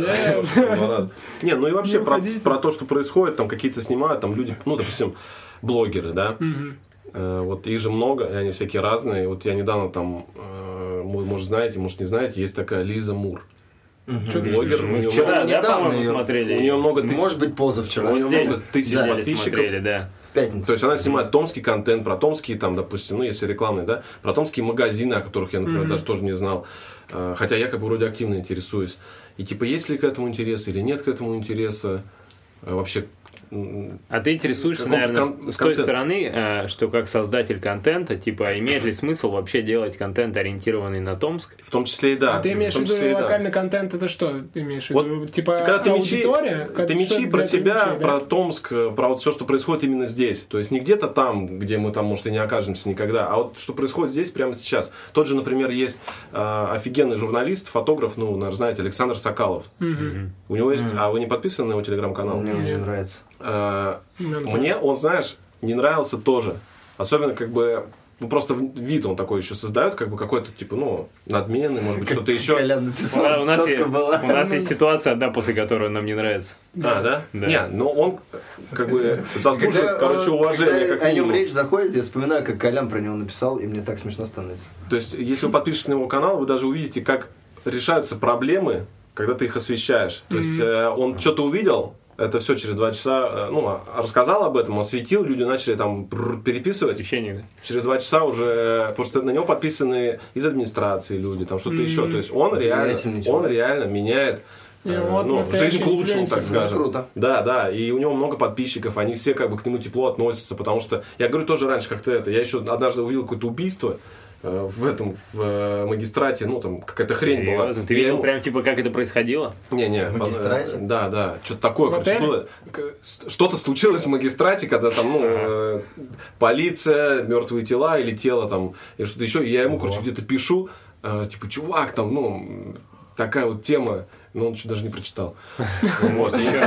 Не, ну и вообще про то, что происходит, там какие-то снимают, там люди, ну, допустим, блогеры, да, вот их же много, и они всякие разные. Вот я недавно там, может, знаете, может, не знаете, есть такая Лиза Мур. Блогер. Мы вчера, да, по-моему, смотрели. У нее много тысяч... Может быть, позавчера. У нее много тысяч подписчиков. В пятницу. То есть она снимает томский контент, про томские, там, допустим, ну, если рекламный, да, про томские магазины, о которых я, например, даже тоже не знал. Хотя я как бы вроде активно интересуюсь. И типа, есть ли к этому интерес или нет к этому интереса? Вообще... А ты интересуешься, наверное, с той стороны, что как создатель контента, типа, имеет ли смысл вообще делать контент, ориентированный на Томск? В том числе и да. А ты имеешь в виду локальный контент, это что? Ты имеешь в виду? Вот, типа когда аудитория? Ты мечи про себя, про Томск, про вот все, что происходит именно здесь. То есть не где-то там, где мы там, может, и не окажемся никогда, а вот что происходит здесь прямо сейчас. Тот же, например, есть офигенный журналист, фотограф, ну, наверное, знаете, Александр Сокалов. У него есть... А вы не подписаны на его телеграм-канал? Мне не нравится. Мне он, знаешь, не нравился тоже. Особенно, как бы, ну, просто вид он такой еще создает, как бы какой-то, типа, ну, надменный, может быть, что-то еще. Колян написал, у нас есть ситуация одна, после которой нам не нравится. Да? Не, но он, как бы, заслуживает, короче, уважения. Когда о нем речь заходит, я вспоминаю, как Колян про него написал, и мне так смешно становится. То есть, если вы подпишетесь на его канал, вы даже увидите, как решаются проблемы, когда ты их освещаешь. То есть, он что-то увидел, это все через 2 часа, ну, рассказал об этом, осветил, люди начали там переписывать. Освещение, да. Через 2 часа уже, потому что на него подписаны из администрации люди, там что-то еще. То есть он реально меняет жизнь к лучшему, так скажем. Круто. Да, и у него много подписчиков, они все как бы к нему тепло относятся, потому что, я говорю тоже раньше как-то это, я еще однажды увидел какое-то убийство, в магистрате, ну, там, какая-то хрень была. Ты видел прям, типа, как это происходило? Не. В магистрате? Да. Что-то такое, короче, было. Что-то случилось в магистрате, когда там, ну, полиция, мертвые тела или тело там, и что-то еще. И я ему, короче, где-то пишу, типа, чувак, там, ну, такая вот тема. Но он что даже не прочитал. Может, еще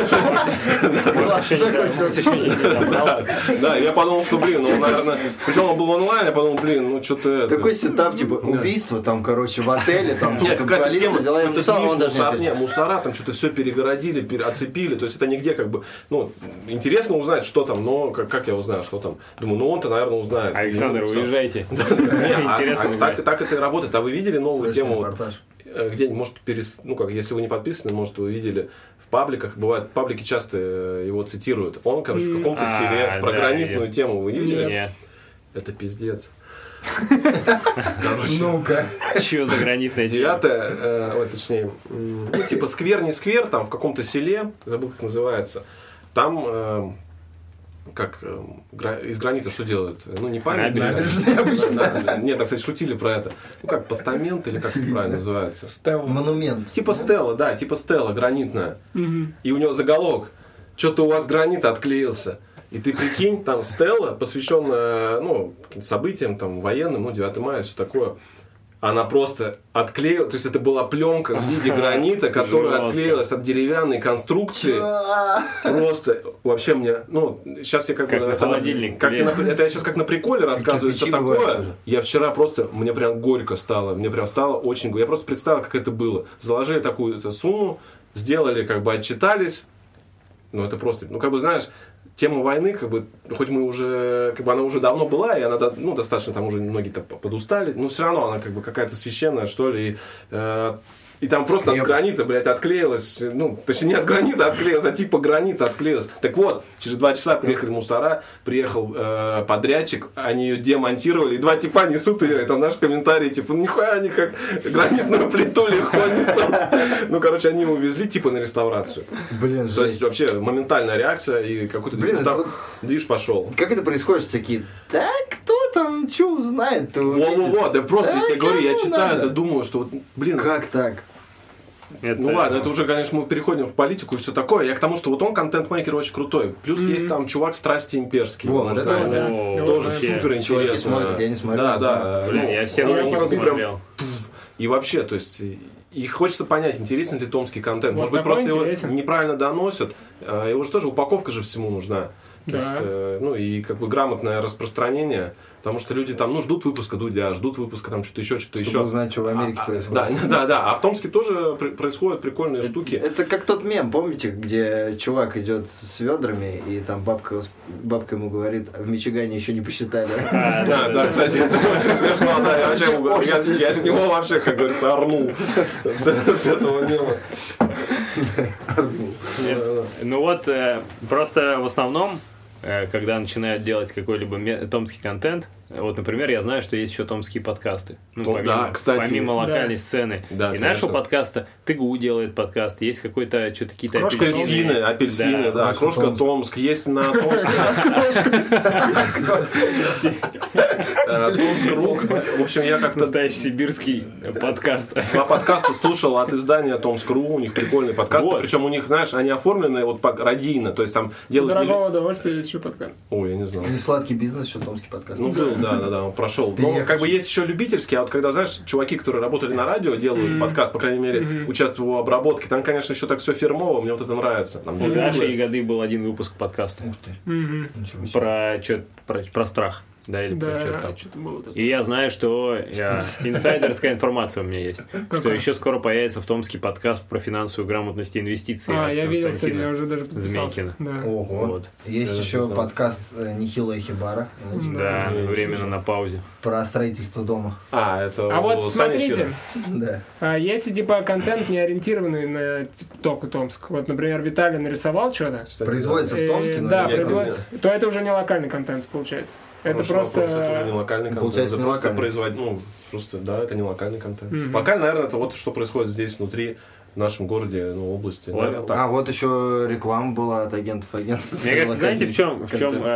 не добрался. Да, я подумал, что, блин, ну, наверное... Причем он был онлайн, я подумал, блин, ну, что-то... Такой сетап, типа, убийство, там, короче, в отеле, там, что-то полиция, дела, я написал, он даже не мусора, там, что-то все перегородили, оцепили, то есть это нигде, как бы... Ну, интересно узнать, что там, но как я узнаю, что там? Думаю, ну, он-то, наверное, узнает. Александр, уезжайте. Так это и работает. А вы видели новую тему? Где, может, ну, как, если вы не подписаны, может, вы видели в пабликах, бывает, паблики часто его цитируют. Он, короче, в каком-то селе про гранитную тему вы видели? Нет. Это пиздец. Ну-ка. Что за гранитная тема? 9-е, точнее, ну, типа сквер, не сквер, там в каком-то селе, забыл, как называется, там... Как из гранита что делают? Ну, не памятник. Нет, там, кстати, шутили про это. Ну, как постамент или как это правильно называется? Стелла. Монумент. Типа стелла, да, типа стелла гранитная. И у него заголовок. Что-то у вас гранит отклеился. И ты прикинь, там стелла, посвященная, ну, каким-то событиям, там, военным, ну, 9 мая, все такое. Она просто отклеилась, то есть это была пленка в виде гранита, которая отклеилась от деревянной конструкции. Просто вообще мне, ну, сейчас я как бы... холодильник. Это я сейчас как на приколе рассказываю, все такое. Я вчера просто, мне прям горько стало, мне прям стало очень горько. Я просто представил, как это было. Заложили такую сумму, сделали, как бы отчитались. Ну, это просто, ну, как бы, знаешь... Тема войны, как бы, хоть мы уже, как бы она уже давно была, и она, ну, достаточно там уже многие-то подустали, но все равно она как бы какая-то священная, что ли, и там просто от гранита, блядь, отклеилась, ну, точнее, не от гранита отклеилась, а типа гранита отклеилась. Так вот, через 2 часа приехали мусора, приехал подрядчик, они ее демонтировали, и 2 типа несут ее, это наш комментарий, типа, нихуя они как гранитную плиту легко несут. Ну, короче, они его увезли, типа, на реставрацию. Блин, то есть, вообще, моментальная реакция, и какой-то движ пошел. Как это происходит, такие, да, кто там, что узнает-то? Во-во-во, да просто, я тебе говорю, я читаю, да думаю, что, вот, блин. Как так? Ну ладно, это уже, конечно, мы переходим в политику и все такое. Я к тому, что вот он контент-мейкер очень крутой. Плюс есть там чувак «Страсти имперские». Тоже супер интересно. Я не смотрю. Да. Блин, я все ролики посмотрел. И вообще, то есть... И хочется понять, интересен ли томский контент. Вот может быть, просто интересен. его неправильно доносят. Его же тоже упаковка же всему нужна. То есть, ну и как бы грамотное распространение. Потому что люди там, ждут выпуска Дудя, ждут выпуска там что-то еще. Чтобы узнать, что в Америке происходит. Да. А в Томске тоже происходят прикольные штуки. Это как тот мем, помните, где чувак идет с ведрами, и там бабка ему говорит, в Мичигане еще не посчитали. Да, кстати, это очень смешно. Я с него вообще, как говорится, орнул с этого мема. Ну вот, просто в основном, когда начинают делать какой-либо томский контент, вот, например, я знаю, что есть еще томские подкасты. Помимо локальной сцены. Да, и нашего подкаста ТГУ делает подкаст, есть какой-то, что-то какие-то апельсины, да, Крошка Томск, есть на Томске. Томск.ру. В общем, я как-то... Настоящий сибирский подкаст. Два подкаста слушал от издания Томск.ру, у них прикольные подкасты, причем у них, знаешь, они оформлены вот радийно, то есть там делают... Дорогого удовольствия есть еще подкаст. Ой, я не знал. Не сладкий бизнес, еще томский подкаст. Ну, был, да, он прошел. Но как бы есть еще любительские, а вот когда, знаешь, чуваки, которые работали на радио, делают подкаст, по крайней мере, участвуют в обработке, там, конечно, еще так все фирмово, мне вот это нравится. У Даши Ягоды был один выпуск подкаста. Ух ты. Про страх. Да, или да, что-то там. Что-то было такое. И я знаю, что инсайдерская информация у меня есть, что еще скоро появится в Томске подкаст про финансовую грамотность и инвестиции. Я видел, кстати, я уже даже подписался. Да. Ого. Вот. Есть еще подкаст Нихило Хибара. Да, временно на паузе. Про строительство дома. Это вот смотрите, да. если типа контент не ориентированный на только Томск, вот, например, Виталий нарисовал что-то. Производится в Томске? Да, производится. То это уже не локальный контент получается. Это просто... Это уже не локальный контент. Получается, это не просто локальный. производить, да, это не локальный контент. Локальный, наверное, это вот что происходит здесь внутри, в нашем городе, области. Наверное, вот еще реклама была от агентов агентства. Мне кажется, знаете, в чем,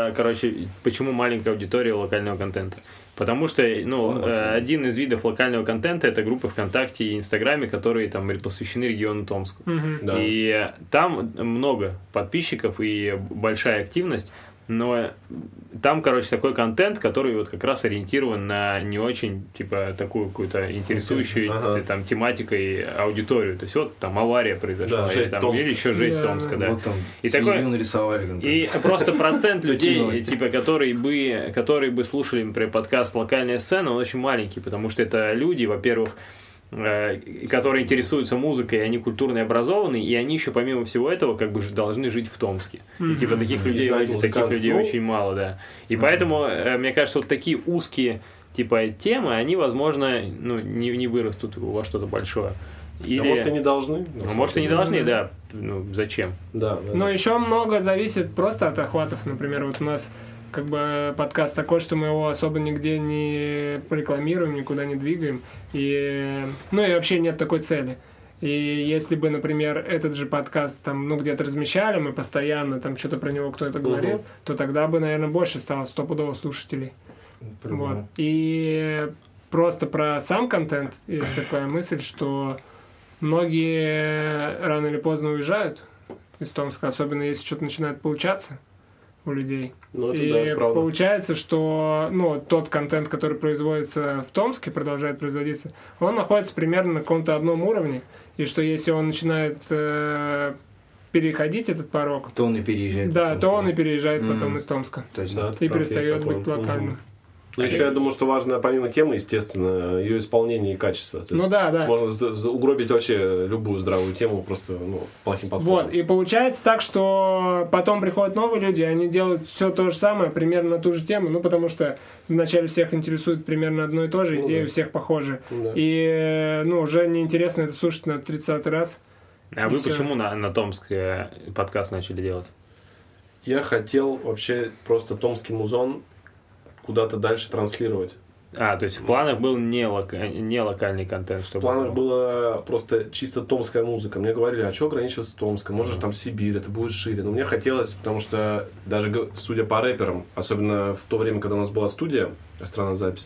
почему маленькая аудитория локального контента? Потому что, один из видов локального контента — это группы ВКонтакте и Инстаграме, которые там посвящены региону Томску. Да. И там много подписчиков и большая активность. Но там, такой контент, который вот как раз ориентирован на не очень, такую какую-то интересующую там тематикой аудиторию. То есть вот там авария произошла, или еще жесть Томска, да. Вот там и такой, нарисовали контент. И просто процент людей, которые бы слушали, например, подкаст «Локальная сцена», он очень маленький, потому что это люди, во-первых, которые интересуются музыкой, они культурно образованы, и они еще помимо всего этого должны жить в Томске. И таких людей очень мало, да. И поэтому, мне кажется, вот такие узкие темы, они, возможно, не вырастут во что-то большое. Может, и не должны. Может, и не должны, да. Зачем? Да. Но еще много зависит просто от охватов. Например, вот у нас подкаст такой, что мы его особо нигде не рекламируем, никуда не двигаем. И вообще нет такой цели. И если бы, например, этот же подкаст там, где-то размещали, мы постоянно там что-то про него кто-то говорил, то тогда бы, наверное, больше стало стопудово слушателей. Вот. И просто про сам контент есть такая мысль, что многие рано или поздно уезжают из Томска, особенно если что-то начинает получаться у людей. И получается, что тот контент, который производится в Томске, продолжает производиться, он находится примерно на каком-то одном уровне, и что если он начинает переходить этот порог, то он и переезжает. Да, то он и переезжает потом из Томска. То есть, и перестает быть локальным. Еще я думаю, что важно, помимо темы, естественно, ее исполнение и качество. То есть да. Можно угробить вообще любую здравую тему просто плохим подходом. Вот, и получается так, что потом приходят новые люди, они делают все то же самое, примерно на ту же тему, потому что вначале всех интересует примерно одно и то же, идеи у всех похожи. И уже неинтересно это слушать на 30-й раз. А вы почему на Томск подкаст начали делать? Я хотел вообще просто томский музон куда-то дальше транслировать. То есть в планах был не локальный контент? В планах была просто чисто томская музыка. Мне говорили, а что ограничиваться Томском? Может, там Сибирь, это будет шире. Но мне хотелось, потому что даже судя по рэперам, особенно в то время, когда у нас была студия, странная запись,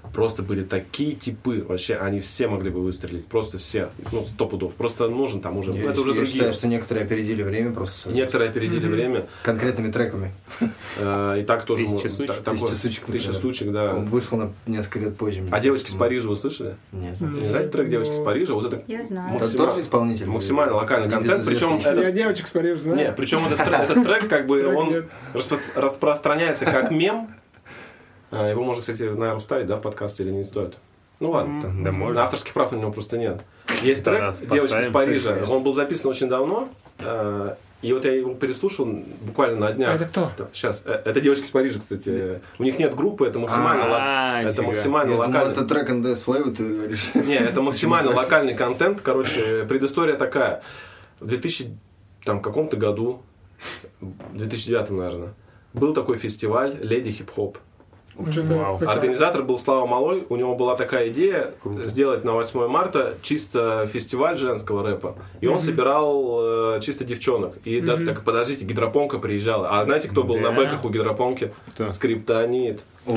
просто были такие типы, вообще, они все могли бы выстрелить, просто все, ну, 100 пудов. Просто нужен там уже, это уже другие. Я считаю, что некоторые опередили время просто. Некоторые опередили время. Конкретными треками. И так тоже. 1000 сучек, да. Он вышел на несколько лет позже. А «Девочки с Парижа» вы слышали? Нет. Не знаете трек «Девочки с Парижа»? Вот это я знаю. Это тоже исполнитель? Максимально локальный контент, причем... Я «Девочек с Парижа» знаю. Нет, причем этот трек, как бы, он распространяется как мем. Его можно, кстати, наверное, вставить, да, в подкасте или не стоит? Ну ладно, да, можно. Авторских прав на него просто нет. Есть трек «Девочки с Парижа». Он был записан очень давно. И вот я его переслушал буквально на днях. Это кто? Сейчас. Это «Девочки с Парижа», кстати. У них нет группы, это максимально локально. Это трек NDS Flavor, ты говоришь? Не, это максимально локальный контент. Короче, предыстория такая. В 2000 каком-то году, в 2009, наверное, был такой фестиваль «Леди хип-хоп». Организатор был Слава Малой, у него была такая идея сделать на 8 марта чисто фестиваль женского рэпа. И он собирал чисто девчонок. И даже так, подождите, Гидропонка приезжала. А знаете, кто был на бэках у Гидропонки? Скриптонит.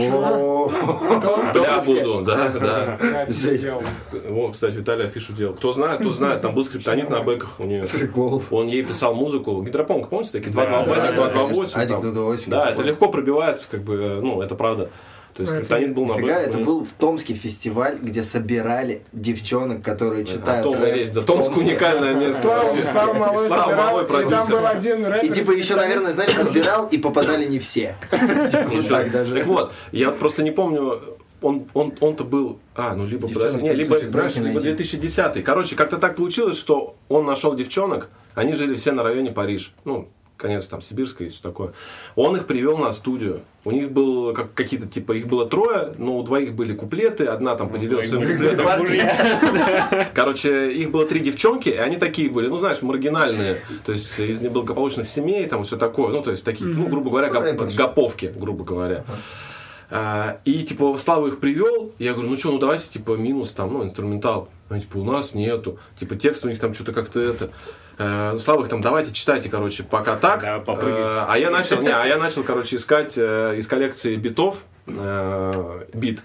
Я буду, да. Жесть. Вот, кстати, Виталий афишу делал. Кто знает, там был Скриптонит на бэках у нее. Прикол. Он ей писал музыку. Гидропонка, помните, такие 228? Адик 228. Да, это легко пробивается, как бы, ну, это правда. То есть Скриптонит был на бэках. Это был в Томске фестиваль, где собирали девчонок, которые читают рэп. В Томск уникальное место. Слава Малой собирал, и там был один рэпер. И типа еще, наверное, знаешь, отбирал, и попадали не все. Так вот, я просто не помню, он-то был... либо 2010. Короче, как-то так получилось, что он нашел девчонок, они жили все на районе Париж. Ну, конец там Сибирская и все такое. Он их привел на студию. У них было какие-то, типа, их было 3, но у 2 были куплеты, одна там поделилась своим куплетом. Короче, их было 3 девчонки, и они такие были, ну, знаешь, маргинальные. То есть, из неблагополучных семей, там, все такое. Ну, то есть, такие, ну, грубо говоря, гоповки, грубо говоря. И, типа, Слава их привел, я говорю, ну что, ну давайте, типа, минус там, ну, инструментал. Они, типа, у нас нету. Типа, текст у них там что-то как-то это... Слава их там, давайте читайте, короче, пока так. Да, а я начал, короче, искать из коллекции битов бит.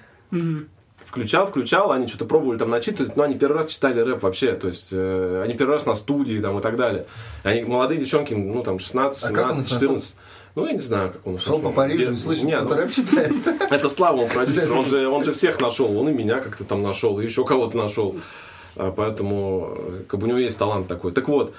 Включал, они что-то пробовали там начитывать, но они первый раз читали рэп вообще, то есть они первый раз на студии там и так далее. Они молодые девчонки, ну там 16, 17, 14. Ну, я не знаю, как он шел по Парижу и слышал, кто рэп читает. Это Слава, он продюсер, он же всех нашел, он и меня как-то там нашел, и еще кого-то нашел. Поэтому как бы у него есть талант такой. Так вот,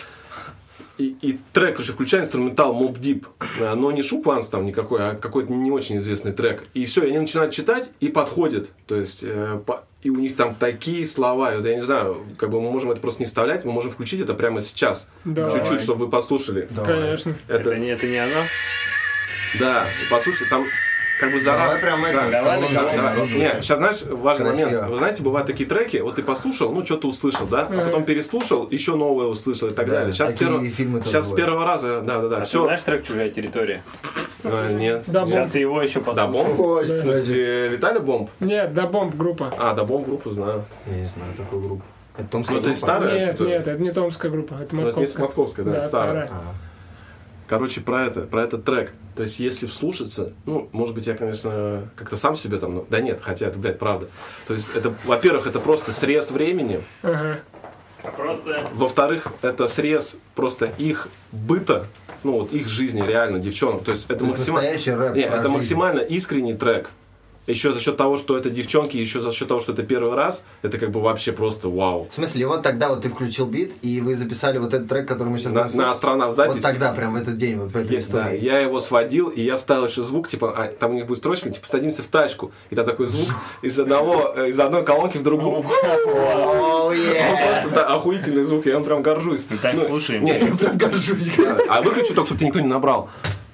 и трек уже включая инструментал Mob Deep, но не Шупанс там никакой, а какой-то не очень известный трек. И все, и они начинают читать и подходят. То есть, и у них там такие слова. И вот я не знаю, как бы мы можем это просто не вставлять, мы можем включить это прямо сейчас. Давай. Чуть-чуть, чтобы вы послушали. Давай. Конечно. Это не оно? Да, послушай, там как бы за раз. Давай. Нет, сейчас знаешь, важный Красиво. момент. Вы знаете, бывают такие треки, вот ты послушал, ну что-то услышал, да, а потом переслушал, еще новое услышал и так далее. Сейчас с первого раза, да. Все. Знаешь трек «Чужая территория»? Нет. Сейчас его еще послушаем. Да, Бомб? В смысле, Виталий Бомб? Нет, Да Бомб группа. Да Бомб группу знаю. Я не знаю такую группу. Это томская группа? Это старая? Нет, это не томская группа, это московская. Это московская, да, старая. Короче, про этот трек. То есть, если вслушаться, ну, может быть, я, конечно, как-то сам себе там... Да нет, хотя это, блядь, правда. То есть, это, во-первых, это просто срез времени. Просто... Во-вторых, это срез просто их быта, ну, вот их жизни реально, девчонок. То есть, это настоящий рэп. Нет, это максимально искренний трек. Еще за счет того, что это девчонки, еще за счет того, что это первый раз, это как бы вообще просто вау. В смысле, вот тогда вот ты включил бит, и вы записали вот этот трек, который мы сейчас будем слушать? На астронавт запись. Вот тогда, прям в этот день, вот в эту историю. Да, я его сводил, и я вставил еще звук, типа, там у них будет строчка, типа, садимся в тачку. И там такой звук из одной колонки в другую. Просто охуительный звук, я прям горжусь. Так, слушаем. Нет, я прям горжусь. А выключу только, чтобы никто не набрал.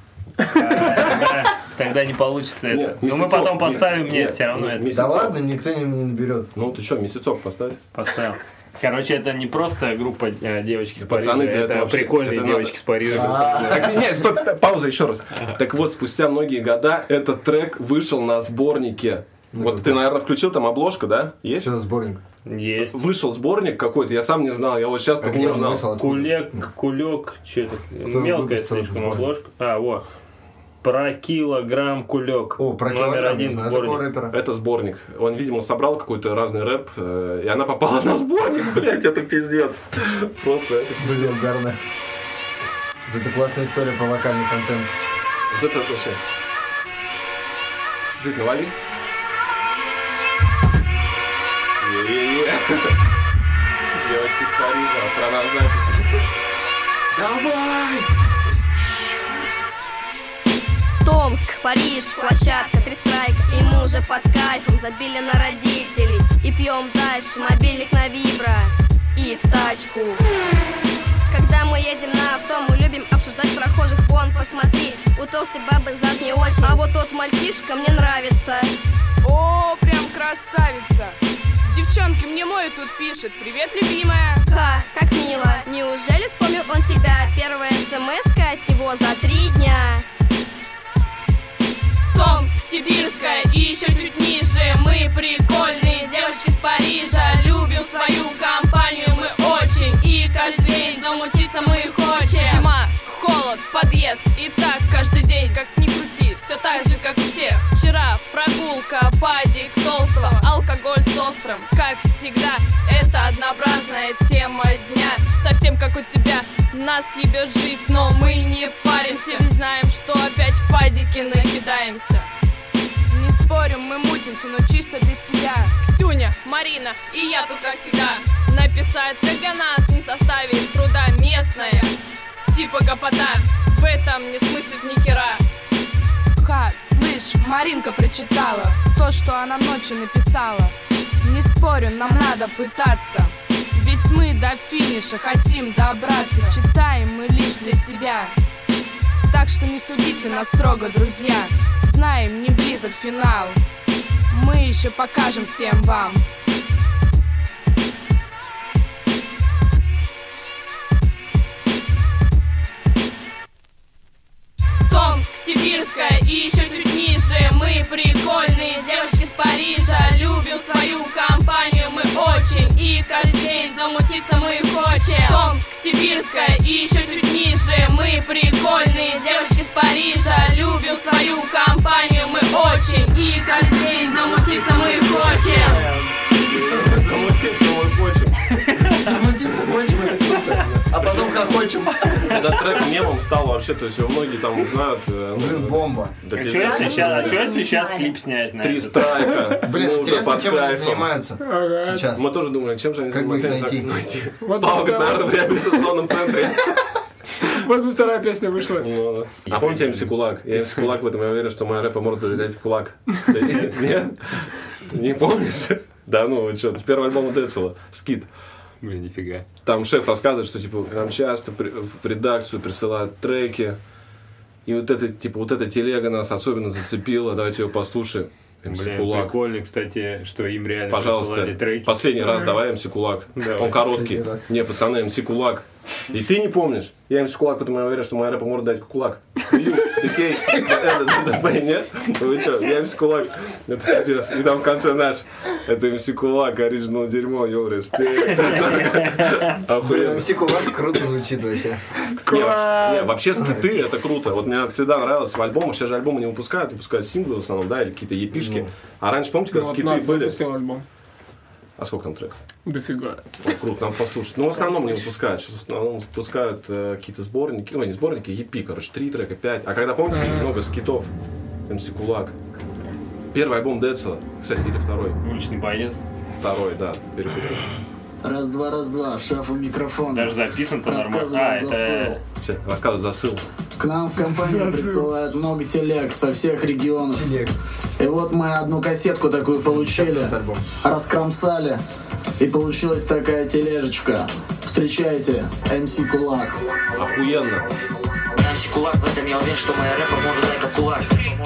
Тогда не получится это. Но мы потом поставим, нет, все равно это. Да ладно, никто не наберет. Ну ты что, месяцок поставь. Поставил. Короче, это не просто группа девочки с Парижа, пацаны, это прикольные девочки с Парижа. Нет, стоп, пауза еще раз. Так вот, спустя многие года этот трек вышел на сборнике. Вот ты, наверное, включил там обложка, да? Есть? Что за сборник? Есть. Вышел сборник какой-то, я сам не знал, я вот сейчас только узнал. Кулек, что-то. Мелкая слишком обложка. Вот. Про килограмм кулек. О, про номер килограмм, 1 сборник. Это сборник. Он, видимо, собрал какой-то разный рэп, и она попала на сборник, блядь, это пиздец. Просто это... Блин, гарно. Это классная история про локальный контент. Вот это вообще... Чуть-чуть навали. Девочки из Парижа, страна в записи. Давай! Томск, Париж, площадка, 3 страйка. И мы уже под кайфом забили на родителей. И пьем дальше, мобильник на вибро. И в тачку. Когда мы едем на авто, мы любим обсуждать прохожих. Вон, посмотри, у толстой бабы зад не очень. А вот тот мальчишка мне нравится. О, прям красавица. Девчонки, мне мой тут пишет. Привет, любимая. Как мило. Неужели вспомнил он тебя? Первая смс-ка от него за 3 дня. Томск, Сибирская и еще чуть ниже. Мы прикольные девочки с Парижа. Любим свою компанию мы очень. И каждый день замутиться мы хочем. Зима, холод, подъезд. И так каждый день, как ни крути, все так же, как у всех. Вчера прогулка, падик, толстого, алкоголь с острым. Как всегда, это однообразная тема дня. Совсем как у тебя, нас ебет жизнь, но мы не паримся. Ведь знаем, что опять в падике накидаемся. Не спорим, мы мутимся, но чисто для себя. Ксюня, Марина и я тут как всегда. Написать трек для нас не составит труда. Местная, типа гопота, в этом не смыслит ни хера. Слышь, Маринка прочитала то, что она ночью написала. Не спорю, нам надо пытаться, ведь мы до финиша хотим добраться. Читаем мы лишь для себя, так что не судите нас строго, друзья. Знаем, не близок финал, мы еще покажем всем вам. Томск, Сибирская и еще чуть ниже. Мы прикольные девочки с Парижа. Любим свою компанию мы очень. И каждый день замутиться мы хочем. Томск, Сибирская и еще чуть ниже. Мы прикольные девочки с Парижа. Любим свою компанию мы очень. И каждый день замутиться мы хотим. Замутиться мы хочем. Замутиться хочем, это круто. А потом хохочем. Этот трек мемом стал вообще, то есть его многие там узнают. Блин, бомба. Да, что если сейчас клип снять? 3 страйка. Блин, интересно, чем они занимаются сейчас. Мы тоже думали, чем же они занимаются. Как бы их найти? Слава говорит, наверное, в реабилитационном центре. Вот бы вторая песня вышла. А помните МС Кулак? Я МС Кулак в этом, я уверен, что моя рэпа может дать Кулак. Нет? Не помнишь? Да ну, что, с первого альбома Децела, «Скит». Блин, нифига. Там шеф рассказывает, что типа нам часто в редакцию присылают треки, и вот это, типа, вот эта телега нас особенно зацепила, давайте ее послушаем. Блин, прикольно, кстати, что им реально пожалуйста, треки. Последний раз давай МС Кулак. Давай. Он короткий. Не, пацаны, МС Кулак. И ты не помнишь? Я МС Кулак, потому я уверен, что моя рэпа может дать Кулак. Нет? Вы что, я МС Кулак. Это пиздец. И там в конце, знаешь, это МС Кулак, оригинал дерьмо, йоу, респект. МС Кулак круто звучит вообще. Не, вообще скиты это круто. Вот мне всегда нравилось в альбомах. Сейчас же альбомы не выпускают синглы в основном, да, или какие-то епишки. А раньше, помните, когда скиты были? А сколько там треков? Дофига. Круто, нам послушать. Но в основном не выпускают. В основном выпускают какие-то сборники. Ну, не сборники, EP, короче, 3 трека, 5. А когда, помните, много скитов, МС Кулак. Первый альбом Децела, кстати, или второй? Уличный боец. Второй, да, перепутал. Раз-два, шефу микрофон. Даже записан-то нормально. Это... Рассказывают засыл. К нам в компанию присылают много телег со всех регионов. И вот мы одну кассетку такую получили, раскромсали, и получилась такая тележечка. Встречайте, МС Кулак. Охуенно. МС Кулак, в этом я уверен, что моя рэпа может дать как кулак.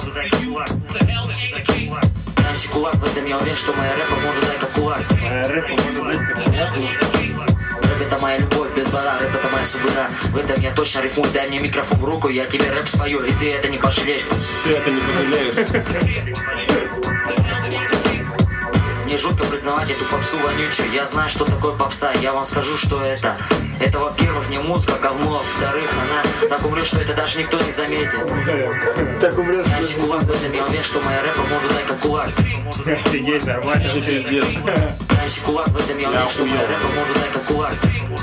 МС Кулак, в этом я уверен, что моя рэпа может дать как кулак. Моя рэпа может дать как кулак. Рэп это моя любовь, без бала, рэп это моя субина. В этом я точно рифмую, дай мне микрофон в руку, я тебе рэп спою, и ты это не пожалеешь. Ты это не пожалеешь. Мне жутко признавать эту попсу вонючую. Я знаю, что такое попса, я вам скажу, что это. Это, во-первых, не музыка, говно. Во-вторых, она так умрет, что это даже никто не заметит. Так умрет. MC Кулак, в этом я уверен, что моя рэпа можно дать как кулак. Офигеть, нормально. Пиздец. MC Кулак, в этом я уверен, что моя рэпа можно дать как кулак.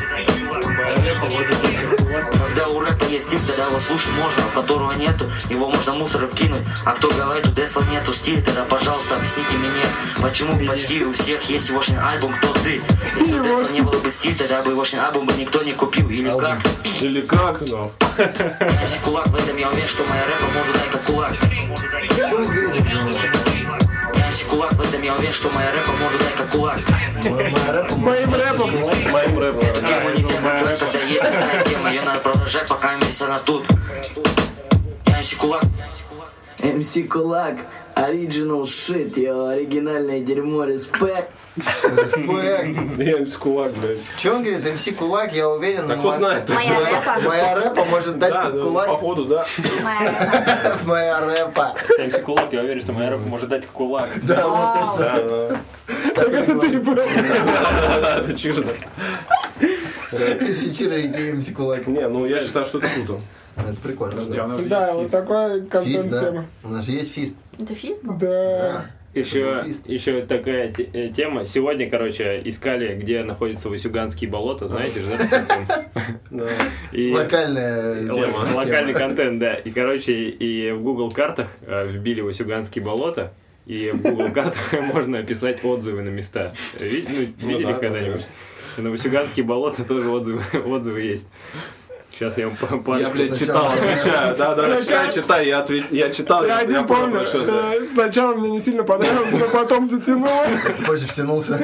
Когда у рэпа есть стиль, тогда его слушать можно, у которого нету, его можно в мусор вкинуть. А кто говорит, у Десла нету стиля, тогда, пожалуйста, объясните мне, почему почти у всех есть егошний альбом, кто ты? Если у Десла не было бы стиля, тогда бы егошний альбом бы никто не купил, или как? Или как? Ну. Если кулак, в этом я уверен, что моя рэпа можно дать как кулак. Чего вы говорите? Если кулак, в этом я уверен, что моя рэпа можно дать как кулак. Моим рэпом. Моим рэпом. Эту тему нельзя закрыть, когда есть такая тема, ее надо продолжать, пока вместе она тут. MC Кулак. MC Кулак. Original shit, йо, оригинальное дерьмо, респект. Респект. Я МС Кулак, блядь. Че он говорит? МС Кулак, я уверен. Так кто знает? Моя рэпа может дать как кулак. Походу, да. Моя рэпа. МС Кулак, я уверен, что моя рэпа может дать кулак. Да, вот точно. Как это ты был? Да, ты чё же Все чирики МС Кулак. Не, ну я считаю, что это круто. Это прикольно. Да, вот такой Фист, контент-тема. да. У нас же есть фист. Это фист был? Да. Еще такая тема. Сегодня, короче, искали, где находятся Васюганские болота, знаете же, да? Локальная тема. Локальный контент, да. И, короче, и в Google картах вбили Васюганские болота, и в Google картах можно описать отзывы на места. Видели когда-нибудь? На Васюганские болота тоже отзывы есть. Сейчас я вам Я, блядь, читал, отвечаю. Да, читай, я читал. Я один помню, сначала мне не сильно понравилось, но потом затянуло. Позже втянулся.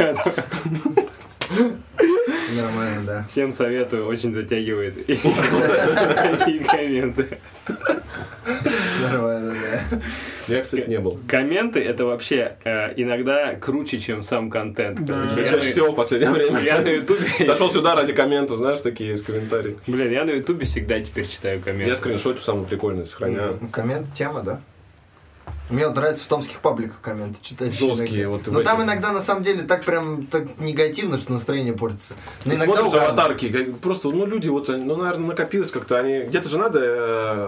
Нормально, да. Всем советую, очень затягивает. И комменты. Нормально, да. Я, кстати, не был. Комменты это вообще иногда круче, чем сам контент. Я чаще всего в последнее время. Я на Ютубе. Зашел сюда ради комментов, знаешь, такие есть комментарии. Блин, я на Ютубе всегда теперь читаю комменты. Я скриншотю самый прикольный сохраняю. Комменты тема, да. Мне вот нравится в томских пабликах комменты читать. Жесткие, вот. Но там иногда на самом деле так прям так негативно, что настроение портится. Но ты иногда смотришь аватарки, просто, люди, вот, наверное, накопилось как-то, они где-то же надо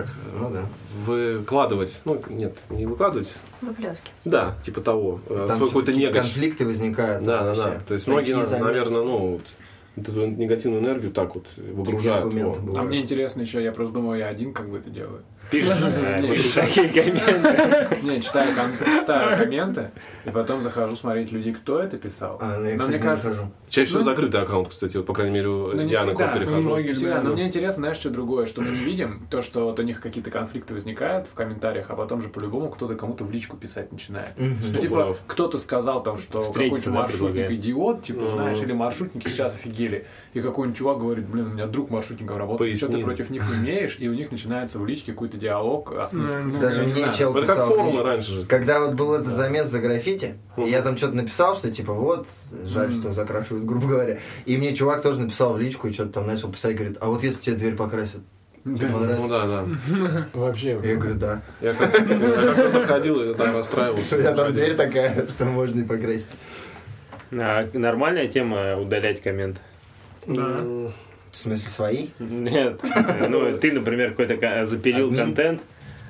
выкладывать, нет, не выкладывать. Выплёски. Да, типа того. Там свой какой-то негатив. Конфликты возникают. Да. То есть многие, наверное, эту негативную энергию так вот выгружают. А мне интересно еще, я просто думаю, я один как бы это делаю. Пишешь такие комменты. Не, читаю комменты, и потом захожу смотреть людей, кто это писал. Но мне кажется... Чаще всего закрытый аккаунт, кстати, вот, по крайней мере, я на кого перехожу. Не всегда, но мне интересно, знаешь, что другое, что мы не видим, то, что вот у них какие-то конфликты возникают в комментариях, а потом же по-любому кто-то кому-то в личку писать начинает. Что, типа, кто-то сказал там, что какой-то маршрутник идиот, типа, знаешь, или маршрутники сейчас офигели, и какой-нибудь чувак говорит, блин, у меня друг маршрутником работает, что ты против них имеешь, и у них начинается в личке какой-то диалог о смысле. Даже мне чел писал. Это как форумы раньше же. Когда вот был этот замес за граффити, и я там что-то написал, что типа вот, жаль, что закрашивают, грубо говоря. И мне чувак тоже написал в личку, и что-то там начал писать, говорит, а вот если тебе дверь покрасят, да. Ну да. Вообще. Я говорю, да. Я как-то заходил и там расстраивался. У меня там дверь такая, что можно и покрасить. Нормальная тема удалять коммент? Да. В смысле, свои? Нет. Ты, например, какой-то запилил контент,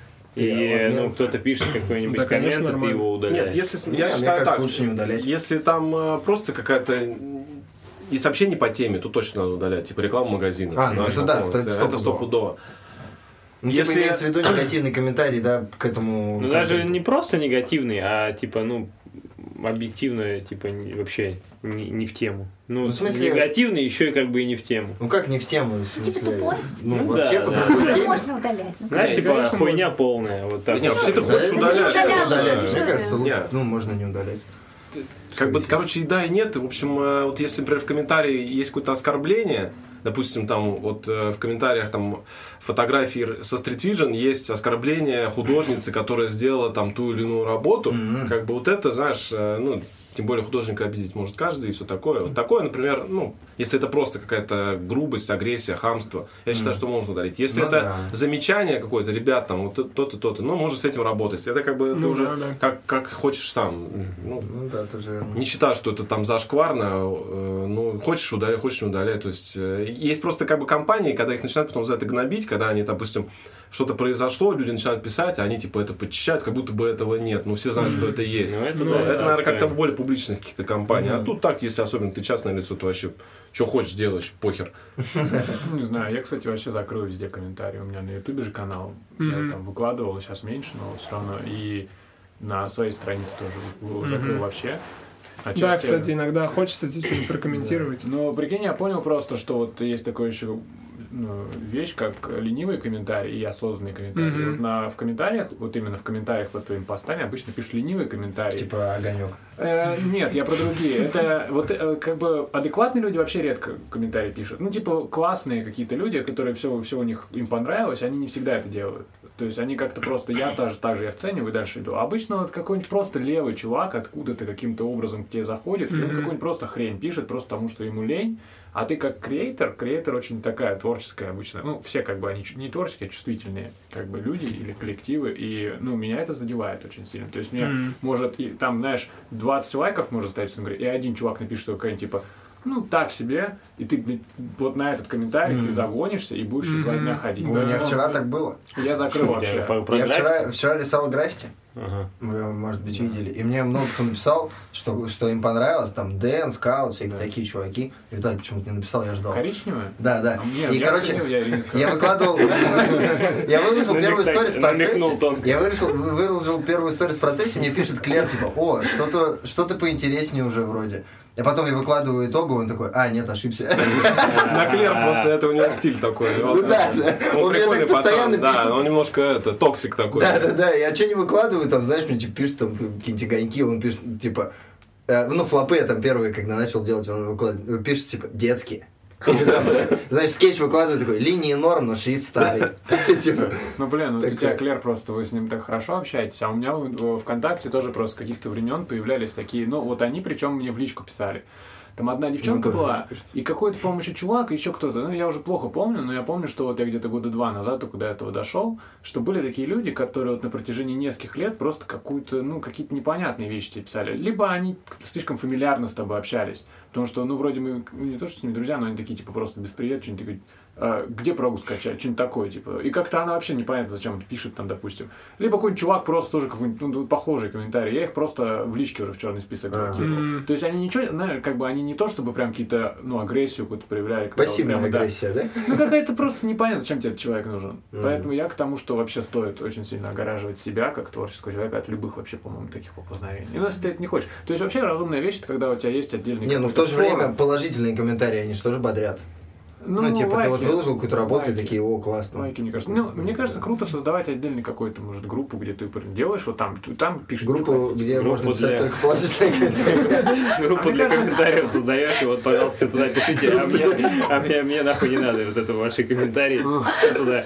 и кто-то пишет какой-нибудь коммент, и ты его удаляешь. Нет, я считаю так, лучше не удалять. Если там просто какая-то и сообщение по теме, то точно надо удалять, типа реклама магазина. Это да, это стопудово. Если имеется в виду негативный комментарий, да, к этому... даже не просто негативный, а типа, объективно, типа, вообще не в тему. В смысле... Негативный еще и как бы и не в тему. Как не в тему? В смысле... Типа тупой? Вообще по другой теме. Можно удалять. Знаешь, типа, хуйня полная. Вот так. Нет, вообще ты хочешь удалять. Мне кажется, можно не удалять. Как бы, короче, и да, и нет. В общем, вот если, например, в комментарии есть какое-то оскорбление, допустим, там вот в комментариях там фотографии со Street Vision есть оскорбление художницы, которая сделала там ту или иную работу, как бы вот это, знаешь, тем более художника обидеть может каждый и все такое. Вот такое, например, ну, если это просто какая-то грубость, агрессия, хамство, я считаю, что можно удалить. Если это замечание какое-то, ребят, там, вот то-то, то-то, ну, можно с этим работать. Это как бы ты уже как хочешь сам. Тоже... Не считаю, что это там зашкварно, ну, хочешь удаляй, хочешь не удаляй. То есть, есть просто как бы компании, когда их начинают потом за это гнобить, когда они, допустим, что-то произошло, люди начинают писать, а они типа это подчищают, как будто бы этого нет. Ну, все знают, что это есть. Это, наверное, как-то в более публичных каких-то компаниях. А тут так, если особенно ты частное лицо, то вообще что хочешь делаешь, похер. Не знаю, я, кстати, вообще закрою везде комментарии. У меня на Ютубе же канал. Я там выкладывал, сейчас меньше, но все равно. И на своей странице тоже закрыл вообще. Да, кстати, иногда хочется что-нибудь прокомментировать. Но прикинь, я понял просто, что вот есть такое еще вещь, как ленивые комментарии и осознанные комментарии. Вот в комментариях, вот именно в комментариях под твоим постами обычно пишут ленивые комментарии. Типа огонек. Нет, я про другие. Это вот как бы адекватные люди вообще редко комментарии пишут. Ну, типа классные какие-то люди, которые все у них им понравилось, они не всегда это делают. То есть они как-то просто, я так же я вцениваю и дальше иду. А обычно вот какой-нибудь просто левый чувак откуда-то каким-то образом к тебе заходит, и он какую-нибудь просто хрень пишет, просто потому что ему лень. А ты как креатор очень такая творческая обычно. Ну, все как бы они не творческие, а чувствительные как бы люди или коллективы. И, ну, меня это задевает очень сильно. То есть мне может, и там, знаешь, 20 лайков может ставить, и один чувак напишет какой-нибудь типа, ну, так себе, и ты вот на этот комментарий ты загонишься и будешь 2 дня ходить. У меня вчера так было. Я закрыл вообще. Я вчера рисовал граффити. Вы, может быть, видели. И мне много кто написал, что им понравилось. Там Дэн, Скаут, всякие такие чуваки. Виталий почему-то не написал, я ждал. Коричневые? Да. И, короче, я выкладывал... Я выложил первую сторис в процессе. Я выложил первую сторис в процессе, мне пишет Клер, типа, о, что-то поинтереснее уже вроде. А потом я выкладываю итогу, он такой, нет, ошибся. На Клер просто это у него стиль такой. Ну да, он мне так постоянно пишет. Да, он немножко токсик такой. Да, я что не выкладываю, там, знаешь, мне типа пишет там какие-нибудь огоньки, он пишет, типа, флопы я там первые, когда начал делать, он пишет, типа, детские. Знаешь, скетч выкладывает такой, линии норм, но шрифт старый. Ну, блин, у тебя Клер просто, вы с ним так хорошо общаетесь, а у меня в ВКонтакте тоже просто с каких-то времен появлялись такие, ну, вот они, причем мне в личку писали. Там одна девчонка была, и какой-то, по-моему, еще чувак, и еще кто-то. Ну, я уже плохо помню, но я помню, что вот я где-то 2 года назад только до этого дошел, что были такие люди, которые вот на протяжении нескольких лет просто какие-то непонятные вещи тебе писали. Либо они слишком фамильярно с тобой общались. Потому что, ну, вроде мы не то, что с ними друзья, но они такие, типа, просто без привет, что-нибудь такие, где прогу скачать, что-нибудь такое, типа. И как-то она вообще непонятно, зачем это пишет, там, допустим. Либо какой-нибудь чувак просто тоже какой-нибудь, похожий комментарий. Я их просто в личке уже в черный список закинул. То есть они ничего, как бы, они не то, чтобы прям какие-то, агрессию какую-то проявляли. Пассивная агрессия, да? Ну, какая-то просто непонятно, зачем тебе этот человек нужен. Поэтому я к тому, что вообще стоит очень сильно огораживать себя, как творческого человека, от любых вообще, по-моему, таких поползновений. И если ты это не хочешь. То есть вообще разумная вещь, это когда у тебя есть отдельный... Не, в то же время положительные комментарии, они же тоже бодрят. Ну, типа, лайки, ты вот выложил какую-то работу, и такие, о, классно. Лайки, мне кажется. Мне кажется, круто создавать отдельный какой-то, может, группу, где ты делаешь, вот там пишешь. Группу, где можно писать только положительные комментарии. Группу для комментариев создаешь, и вот, пожалуйста, туда пишите, а мне нахуй не надо вот это ваши комментарии. Все туда.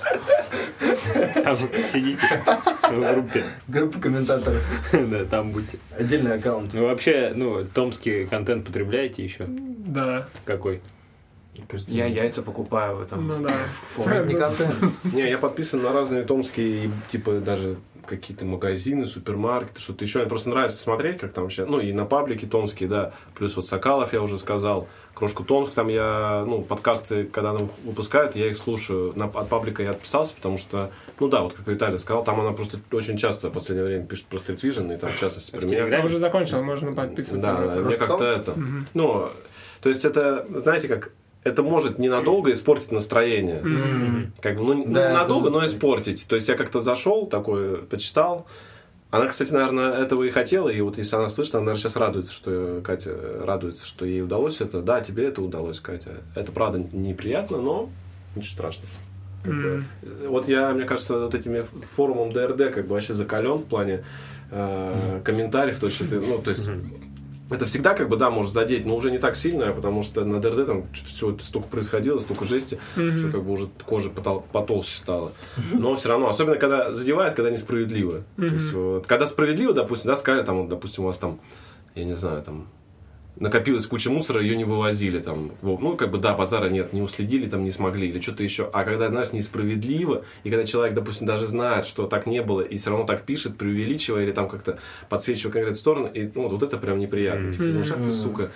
Там сидите в группе. Группа комментаторов. Да, там будьте. Отдельный аккаунт. Ну, вообще, томский контент потребляете еще? Да. Какой? Я яйца покупаю в этом. Ну да. Не контент. Не, я подписан на разные томские, типа, даже какие-то магазины, супермаркеты, что-то еще. Мне просто нравится смотреть, как там вообще, и на паблике томские, да, плюс вот Сокалов, я уже сказал, Крошку Томск, там я, подкасты, когда они выпускают, я их слушаю. От паблика я отписался, потому что, вот как Виталий сказал, там она просто очень часто в последнее время пишет про Street Vision, и там, в частности, про меня. Я уже закончил, можно подписываться. Да, мне как-то это, то есть это, знаете, как, это может ненадолго испортить настроение. Как бы, ненадолго, но испортить. То есть я как-то зашел, такой, почитал. Она, кстати, наверное, этого и хотела. И вот если она слышит, она, наверное, сейчас радуется, что Катя радуется, что ей удалось это. Да, тебе это удалось, Катя. Это, правда, неприятно, но ничего страшного. Вот я, мне кажется, вот этими форумом ДРД как бы вообще закален в плане комментариев. То есть, то есть это всегда, как бы, да, может задеть, но уже не так сильно, потому что на ДРД там все столько происходило, столько жести, что как бы уже кожа потолще стала. Но все равно, особенно когда задевает, когда несправедливо. То есть, когда справедливо, допустим, да, сказали, там, допустим, у вас там, я не знаю, там, накопилась куча мусора, ее не вывозили, там, ну, как бы, да, базара нет, не уследили, там, не смогли, или что-то еще. А когда, знаешь, несправедливо, и когда человек, допустим, даже знает, что так не было, и все равно так пишет, преувеличивая, или там как-то подсвечивая конкретную сторону, и, ну, вот это прям неприятно. Ты думаешь, ах ты, сука.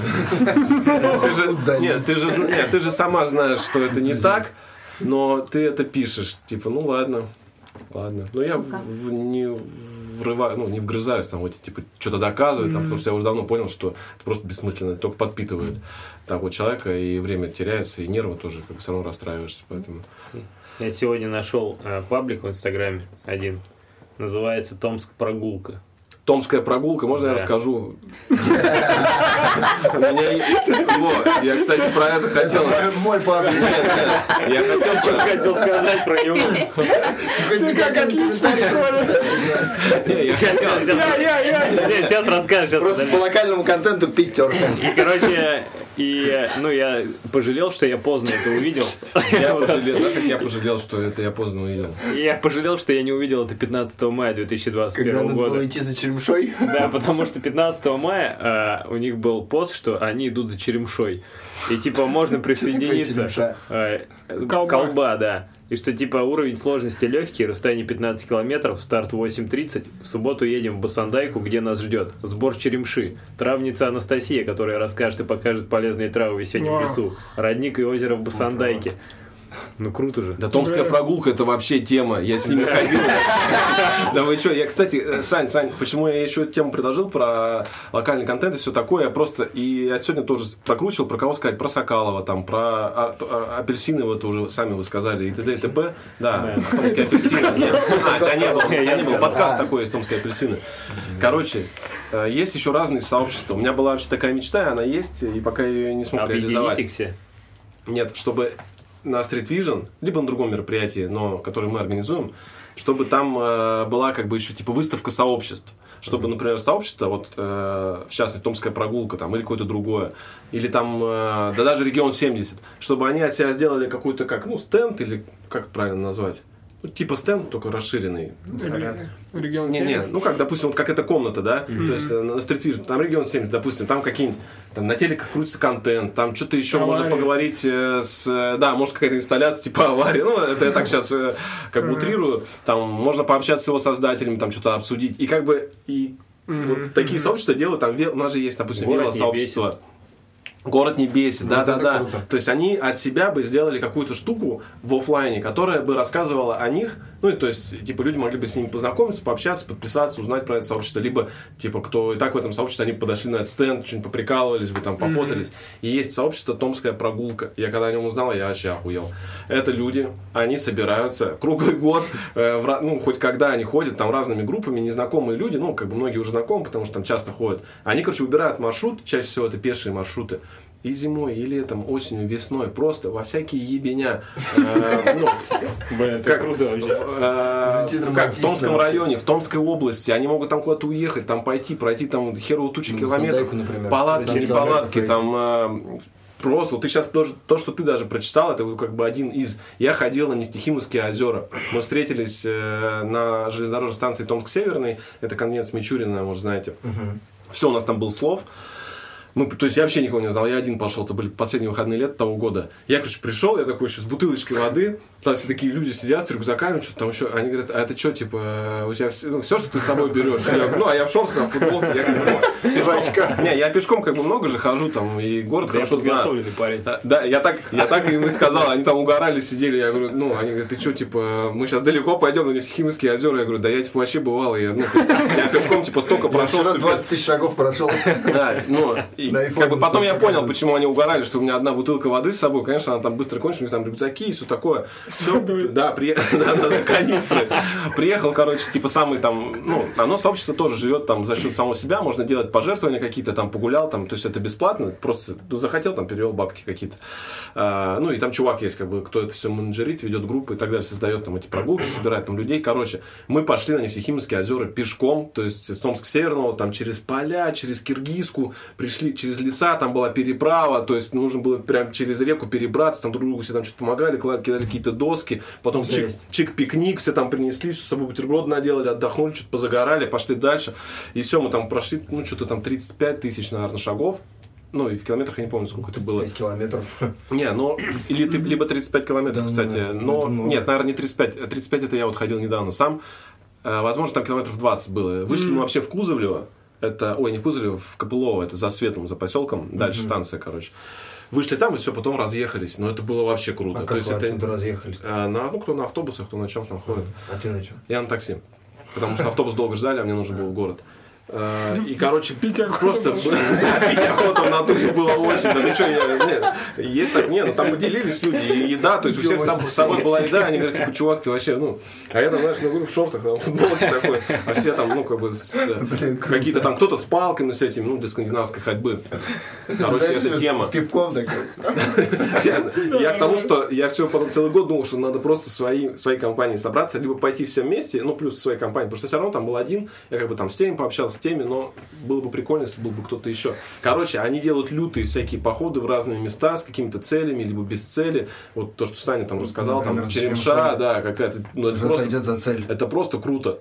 Ты же сама знаешь, что это не так, но ты это пишешь, типа, ну, ладно. Но я не вгрызаюсь там в эти, типа, что-то доказывать, там, потому что я уже давно понял, что это просто бессмысленно, только подпитывает того человека, и время теряется, и нервы тоже как бы все равно расстраиваешься, поэтому... Я сегодня нашел паблик в Инстаграме один, называется «Томск прогулка». Томская прогулка, можно я расскажу? Я, кстати, про это хотел. Мой паблик. Я хотел сказать про него. Сейчас расскажешь. Просто по локальному контенту питер. И, короче, я пожалел, что я поздно это увидел. Я пожалел, что это я поздно увидел. Я пожалел, что я не увидел это 15 мая 2021 года. Когда надо было идти за Черемшой? Да, потому что 15 мая у них был пост, что они идут за Черемшой. И типа можно присоединиться. Колба, да. И что типа уровень сложности легкий, расстояние 15 километров, старт 8:30. В субботу едем в Басандайку, где нас ждет сбор черемши. Травница Анастасия, которая расскажет и покажет полезные травы в весеннем лесу. Родник и озеро в Басандайке. Ну круто же. Да, Томская прогулка это вообще тема. Я с ними ходил. Да вы что? Я, кстати, Сань, почему я еще эту тему предложил про локальный контент и все такое? Я сегодня тоже прокручивал, про кого сказать, про Сокалова, там, про апельсины, вот уже сами вы сказали, и т.д. и т.п. Да, Томские апельсины. Не было. Подкаст такой из Томской апельсины. Короче, есть еще разные сообщества. У меня была вообще такая мечта, она есть, и пока ее не смог реализовать. Объединить их все? Нет, чтобы на Street Vision, либо на другом мероприятии, но которое мы организуем, чтобы там была как бы еще типа выставка сообществ. Чтобы, например, сообщество, вот в частности, Томская прогулка там, или какое-то другое, или там, да даже Регион 70, чтобы они от себя сделали какой-то стенд, или как правильно назвать? Ну, типа стенд, только расширенный. Регион 70? Не, как, допустим, вот как эта комната, да? То есть на Street Vision, там Регион 70, допустим, там какие-нибудь, там на телеках крутится контент, там что-то еще можно поговорить может какая-то инсталляция типа аварии, это я так сейчас как бы утрирую, там можно пообщаться с его создателями, там что-то обсудить, и как бы, вот такие сообщества делают, там у нас же есть, допустим, велосообщество. Город не бесит, да. То есть они от себя бы сделали какую-то штуку в офлайне, которая бы рассказывала о них. Ну, то есть, типа, люди могли бы с ними познакомиться, пообщаться, подписаться, узнать про это сообщество. Либо, типа, кто и так в этом сообществе, они подошли на этот стенд, что-нибудь поприкалывались бы, там, пофотались. И есть сообщество «Томская прогулка». Я когда о нем узнал, я вообще охуел. Это люди, они собираются круглый год, хоть когда они ходят, там, разными группами, незнакомые люди, многие уже знакомы, потому что там часто ходят. Они, выбирают маршрут, чаще всего это пешие маршруты. И зимой, и летом, осенью, весной, просто во всякие ебеня. Это круто вообще. Как в Томском районе, в Томской области, они могут там куда-то уехать, там пойти, пройти там херовую тучу километров, палатки, не палатки, там просто. Ты сейчас то, что ты даже прочитал, это как бы один из. Я ходил на Нефтехимовские озера. Мы встретились на железнодорожной станции Томск-Северный, это конвент Мичурина, может, знаете. Все, у нас там был слов. То есть я вообще никого не знал, я один пошел, это были последние выходные лета того года. Я, пришел, я такой еще с бутылочкой воды, там все такие люди сидят с рюкзаками, что-то там еще, они говорят, а это что, типа, у тебя все, что ты с собой берешь? Я говорю, а я в шортах, в футболке, я пешком. Не, я пешком много же хожу, там, и город хорошо знаю. Да, я так им и сказал, они там угорали, сидели, я говорю, они говорят, ты что, типа, мы сейчас далеко пойдем на Нефтехимовские озера, я говорю, да я, вообще бывал, я пешком, столько прошел. Я вчера 20 тысяч шагов прошел. Да, и потом я понял, почему они угорали, что у меня одна бутылка воды с собой, конечно, она там быстро кончилась, у них там рюкзаки и все такое. Все, да, канистры. Приехал, самый там, оно сообщество тоже живет там за счет самого себя, можно делать пожертвования какие-то, там погулял, там, то есть это бесплатно, просто захотел, там перевел бабки какие-то. И там чувак есть, кто это все менеджерит, ведет группы и так далее, создает там эти прогулки, собирает там людей. Мы пошли на Нефтехимовские озера пешком, то есть с Томска-Северного, там через поля, через Киргизку, пришли через леса, там была переправа, то есть нужно было прям через реку перебраться, там друг другу все там что-то помогали, кидали какие-то доски, потом чик-пикник, все там принесли, с собой бутерброд наделали, отдохнули, что-то позагорали, пошли дальше. И все, мы там прошли, ну, что-то там 35 тысяч, наверное, шагов. Ну, и в километрах я не помню, сколько это было. 35 километров. Не, ну, либо 35 километров, кстати. Но, нет, наверное, не 35. 35 это я вот ходил недавно сам. Возможно, там километров 20 было. Вышли мы вообще в Кузовлево. Это, ой, не в Кузовлево, в Копылово. Это за Светлым, за поселком. Дальше станция, короче. Вышли там и все, потом разъехались. Но это было вообще круто. А как вы оттуда разъехались? Ну, кто на автобусах, кто на чем там ходит. А ты на чем? Я на такси. Потому что автобус долго ждали, а мне нужно было в город. И, короче, просто пить охоту в натуре было очень. Да ты что, нет, есть так, нет, ну там поделились люди, и еда, то есть у всех с собой была еда, они говорят, типа, чувак, ты вообще, ну, а я там, знаешь, в шортах, там, в футболке такой, а все там, ну, как бы, какие-то там, кто-то с палками с этим, ну, для скандинавской ходьбы. Короче, это тема. С пивком такой. Я к тому, что я все потом целый год думал, что надо просто своей компанией собраться, либо пойти все вместе, ну, плюс своей компанией, потому что все равно там был один, я как бы там с теми пообщался, с теми, но было бы прикольно, если был бы кто-то еще. Короче, они делают лютые всякие походы в разные места с какими-то целями, либо без цели. Вот то, что Саня там рассказал, например, там Черемша, да, какая-то... Ну, это просто, сойдет за цель. Это просто круто.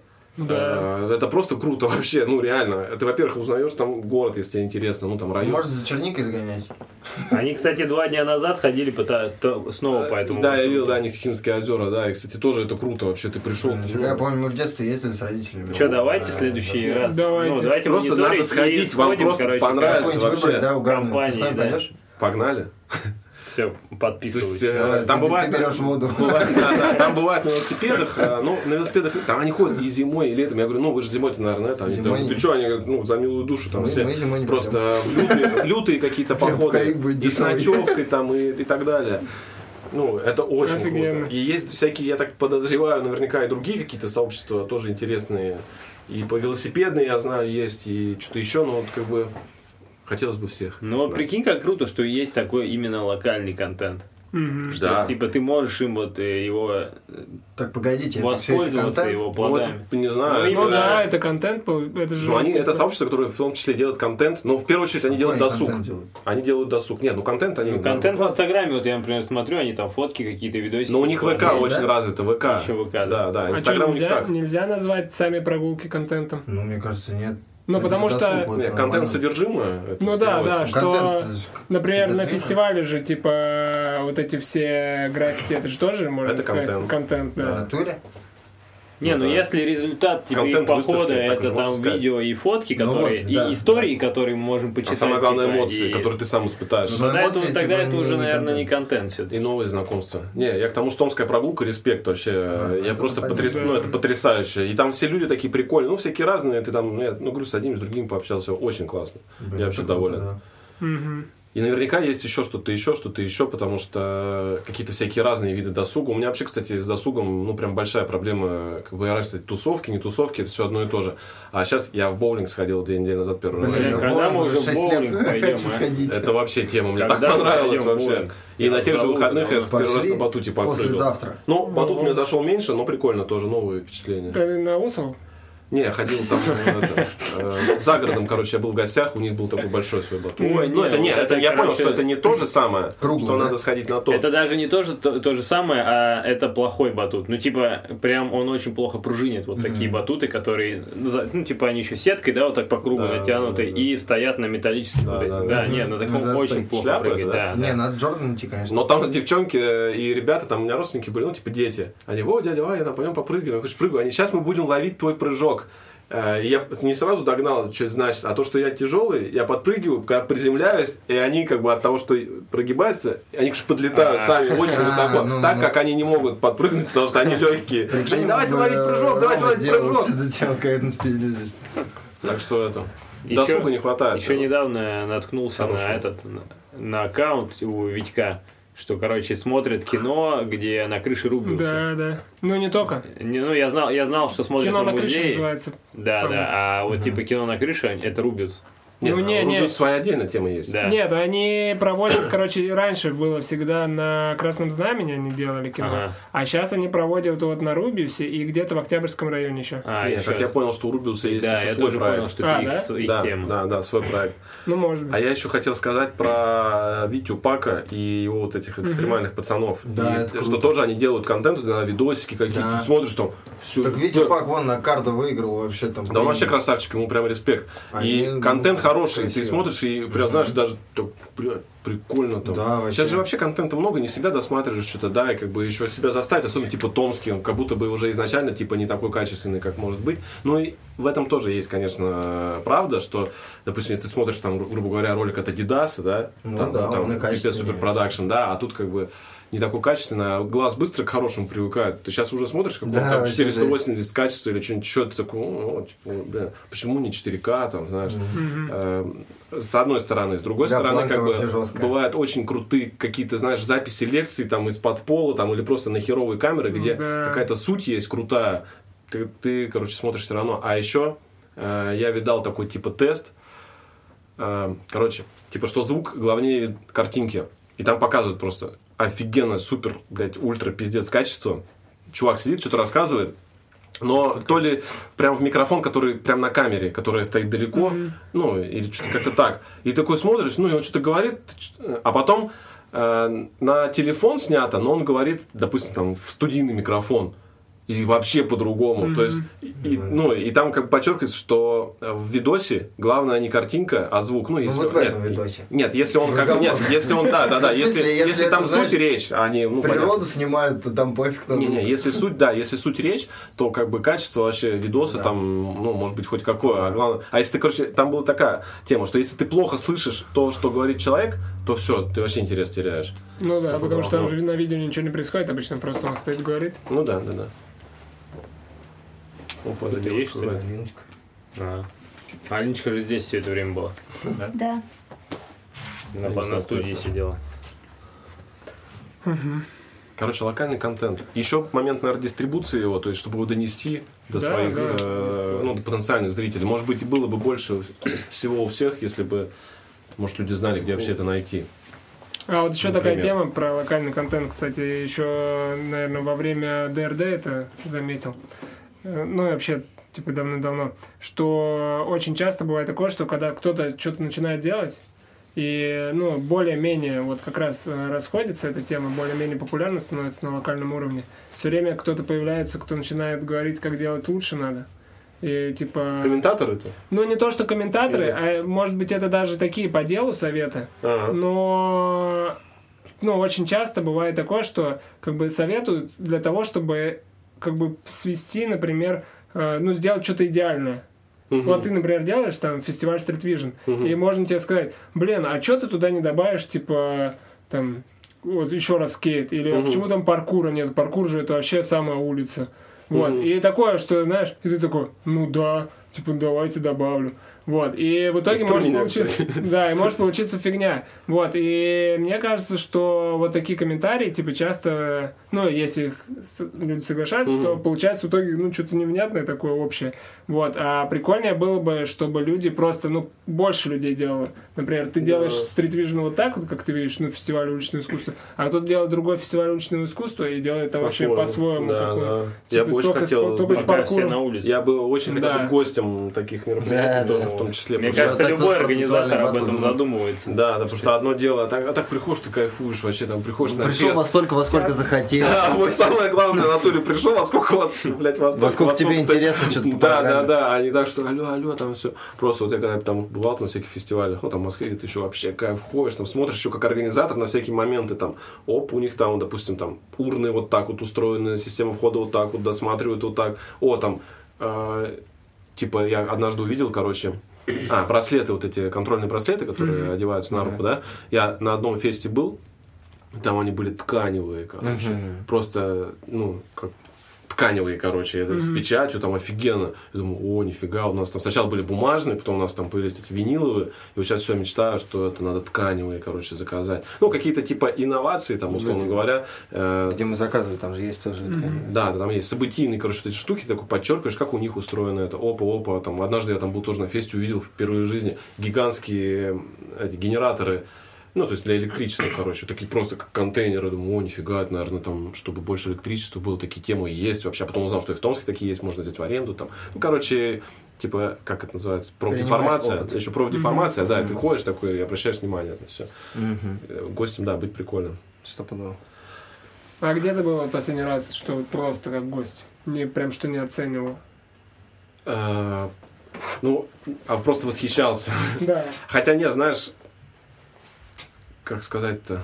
Да. Это просто круто вообще, ну реально. Ты, во-первых, узнаешь там город, если тебе интересно, ну там район. Можно за черникой загонять. Они, кстати, 2 дня назад ходили снова по этому. Да, я видел, да, Нефтехимские озера, да, и, кстати, тоже это круто, вообще ты пришел. Я помню, мы в детстве ездили с родителями. Что, давайте в следующий раз. Давайте. Просто надо сходить, вам просто понравится вообще. Да, угарно. Ты с нами пойдешь? Погнали. Все, подписываюсь. Там бывает, ты берешь воду. Там бывает на велосипедах, ну, на велосипедах, там они ходят и зимой, и летом. Я говорю, ну, вы же зимой-то, наверное, это. Ты что, они говорят, ну, за милую душу, там все просто лютые какие-то походы, и с ночевкой там, и так далее. Ну, это очень круто. И есть всякие, я так подозреваю, наверняка и другие какие-то сообщества тоже интересные. И по велосипедные, я знаю, есть, и что-то еще, но вот как бы... Хотелось бы всех. Но прикинь, как круто, что есть такой именно локальный контент. Что, да. Типа, ты можешь им вот его... Так, погодите, воспользоваться его плодами. Ну, не знаю. Ну да, это контент, это же... Ну, это сообщество, которое в том числе делает контент, но в первую очередь они делают досуг. Они делают досуг. Нет, ну контент они... Контент в Инстаграме, вот я, например, смотрю, они там фотки какие-то, видосики. Но у них ВК очень развито, ВК. Еще ВК, да. Да, Инстаграм у них так. Нельзя назвать сами прогулки контентом? Ну, мне кажется, нет. Ну, потому что... Контент содержимое. Ну да, что, например, на фестивале же, типа, вот эти все граффити, это же тоже, можно сказать, контент. Да. В натуре? Не, ну если результат типа их похода, это там видео и фотки, которые, и истории, которые мы можем почитать. А самое главное, эмоции, которые ты сам испытаешь. Тогда это уже, наверное, не контент все-таки. И новые знакомства. Не, я к тому, что томская прогулка, респект вообще. Я просто ну, это потрясающе. И там все люди такие прикольные, ну, всякие разные. Ты там, ну, говорю, с одним, с другим пообщался. Очень классно. Я вообще доволен. И наверняка есть еще, потому что какие-то всякие разные виды досуга. У меня вообще, кстати, с досугом, ну, прям большая проблема. Как бы я раньше, тусовки, не тусовки, это все одно и то же. А сейчас я в боулинг сходил 2 недели назад первый раз. Когда мы уже в боулинг пойдем, Это вообще тема, мне так понравилось вообще. И на тех же выходных я первый раз на батуте попрыгал. Послезавтра. Ну, батут мне зашел меньше, но прикольно тоже, новые впечатления. Ты на Усов? Не, я ходил там за городом, короче, я был в гостях, у них был такой большой свой батут. Ну, это я понял, что это не то же самое, что надо сходить на то. Это даже не то же самое, а это плохой батут. Ну, типа, прям он очень плохо пружинит. Вот такие батуты, которые, ну, типа, они еще сеткой, да, вот так по кругу натянуты и стоят на металлических. Да, нет, на таком очень плохо прыгать. Не, надо Джордан идти, конечно. Но там девчонки и ребята, там у меня родственники были, ну, типа, дети. Они, дядя Ваня, там пойдем попрыгаем. Я говорю, прыгаю. Они, сейчас мы будем ловить твой прыжок. Я не сразу догнал, что это значит, а то, что я тяжелый, я подпрыгиваю, когда приземляюсь, и они как бы от того, что прогибаются, они подлетают сами очень высоко, так как они не могут подпрыгнуть, потому что они легкие. Они, давайте ловить прыжок, давайте ловить прыжок. Так что это, досуга не хватает. Еще недавно наткнулся на аккаунт у Витька, что, короче, смотрят кино, где на крыше Рубиуса. Да. Ну, не только. Ну, я знал, что смотрят кино на музее. Кино на крыше называется. Да. А вот типа кино на крыше, это Рубиус. Нет, Рубиус своя отдельная тема есть. Да. Нет, они проводят, короче, раньше было всегда на Красном Знамени они делали кино, а сейчас они проводят вот на Рубиусе и где-то в Октябрьском районе еще. Нет, как я понял, что у Рубиуса есть еще свой проект. Понял, что это их тема. Да, свой проект. Ну, может быть. А я еще хотел сказать про Витю Пака и его вот этих экстремальных пацанов. Да, что тоже они делают контент, видосики какие-то, ты смотришь там. Так Витя Пак, вон на карту выиграл вообще там. Да он вообще красавчик, ему прям респект. И контент хороший, ты смотришь и прям знаешь, даже прикольно там. Да, сейчас же вообще контента много, не всегда досматриваешь что-то, да, и как бы еще себя заставить, особенно типа Томский, он как будто бы уже изначально типа не такой качественный, как может быть. Ну и в этом тоже есть, конечно, правда, что, допустим, если ты смотришь там, грубо говоря, ролик от Adidas, да, там пипец супер продакшн, да, а тут как бы не такой качественный, а глаз быстро к хорошему привыкает. Ты сейчас уже смотришь, как там 480 качества или что-нибудь еще, ты такой, типа, почему не 4К, там, знаешь. С одной стороны. С другой стороны, как бы, бывают очень крутые какие-то, знаешь, записи лекций там из-под пола, там, или просто на херовые камеры, где какая-то суть есть крутая. Ты, короче, смотришь все равно. А еще я видал такой, типа, тест. Короче, типа, что звук главнее картинки. И там показывают просто офигенно, супер, блядь, ультра пиздец качество. Чувак сидит, что-то рассказывает, но то ли прям в микрофон, который прям на камере, которая стоит далеко, ну, или что-то как-то так. И такой смотришь, ну, и он что-то говорит, а потом на телефон снято, но он говорит, допустим, там, в студийный микрофон. И вообще по-другому. То есть, и там как бы подчеркивается, что в видосе главное не картинка, а звук. Ну, если, вот в этом видосе. Нет, если он как. Нет, если он, да. Если там суть речь, а не. Ну, природу понятно. снимают, то там пофиг на. Не, если суть речь, то как бы качество вообще видоса там, ну, может быть, хоть какое. А главное. А если ты, короче, там была такая тема, что если ты плохо слышишь то, что говорит человек, то все, ты вообще интерес теряешь. Ну да, потому что там же на видео ничего не происходит, обычно просто он стоит, говорит. Ну да. Опа, это девушка. Алиночка же здесь все это время была. Да. На студии сидела. Короче, локальный контент. Еще момент, наверное, дистрибуции его, то есть, чтобы его донести до своих до потенциальных зрителей. Может быть, и было бы больше всего у всех, если бы, может, люди знали, где вообще это найти. А вот еще такая тема про локальный контент, кстати, еще, наверное, во время ДРД это заметил. Ну и вообще, типа, давно-давно, что очень часто бывает такое, что когда кто-то что-то начинает делать, и, ну, более-менее вот как раз расходится эта тема, более-менее популярна становится на локальном уровне, все время кто-то появляется, кто начинает говорить, как делать лучше надо. И, типа... Комментаторы-то? Ну, не то, что комментаторы, а может быть, это даже такие по делу советы, но... Ну, очень часто бывает такое, что как бы советуют для того, чтобы как бы свести, например, ну, сделать что-то идеальное. Вот ты, например, делаешь там фестиваль Street Vision, и можно тебе сказать, блин, а что ты туда не добавишь, типа, там, вот еще раз скейт, или почему там паркура нет, паркур же это вообще самая улица. Вот, и такое, что, знаешь, и ты такой, ну да, типа, давайте добавлю. Вот, и в итоге может получиться, да, и может получиться фигня. Вот, и мне кажется, что вот такие комментарии, типа, часто, ну, если их люди соглашаются, то получается в итоге, ну, что-то невнятное такое общее. Вот, а прикольнее было бы, чтобы люди просто, ну, больше людей делали. Например, ты делаешь Street Vision вот так вот, как ты видишь, ну, фестиваль уличного искусства, а кто-то делает другой фестиваль уличного искусства и делает это вообще по-своему. Да. Я бы очень хотел, я бы очень хотел быть гостем таких мероприятий тоже, в том числе. Мне кажется, любой организатор об этом задумывается. Да, потому что одно дело, а так приходишь, ты кайфуешь, вообще там приходишь на пришел во сколько захотел. Да, вот самое главное, в натуре пришел, во сколько, блядь, во сколько тебе интересно что-то. Да, а не так, что алло, там все. Просто вот я когда там бывал на всяких фестивалях, ну там в Москве, ты еще вообще кайф ходишь, там смотришь еще как организатор на всякие моменты, там, у них там, допустим, там урны вот так вот устроены, система входа вот так вот, досматривают вот так. Типа я однажды увидел, короче, браслеты, вот эти контрольные браслеты, которые одеваются на руку, да. Я на одном фесте был, там они были тканевые, короче. Просто, ну, как тканевые, короче, с печатью, там офигенно. Я думаю, о, нифига, у нас там сначала были бумажные, потом у нас там появились эти виниловые, и вот сейчас все мечтаю, что это надо тканевые, короче, заказать. Ну, какие-то типа инновации, там, условно говоря. Где мы заказывали, там же есть тоже тканевые. Да, там есть событийные, короче, вот эти штуки, такой подчеркиваешь, как у них устроено это. Опа, там, однажды я там был тоже на фесте, увидел впервые в жизни гигантские эти генераторы, ну, то есть для электричества, короче, такие просто как контейнеры. Думаю, о, нифига, это, наверное, там, чтобы больше электричества было, такие темы есть вообще. А потом узнал, что и в Томске такие есть, можно взять в аренду там. Ну, короче, типа, как это называется, профдеформация. Еще профдеформация, да, ты ходишь такой и обращаешь внимание на все. Гостем, да, быть прикольно. Стопудово. А где ты был последний раз, что просто как гость? Не прям что не оценивал? Ну, просто восхищался. Да. Хотя, не, знаешь, как сказать-то?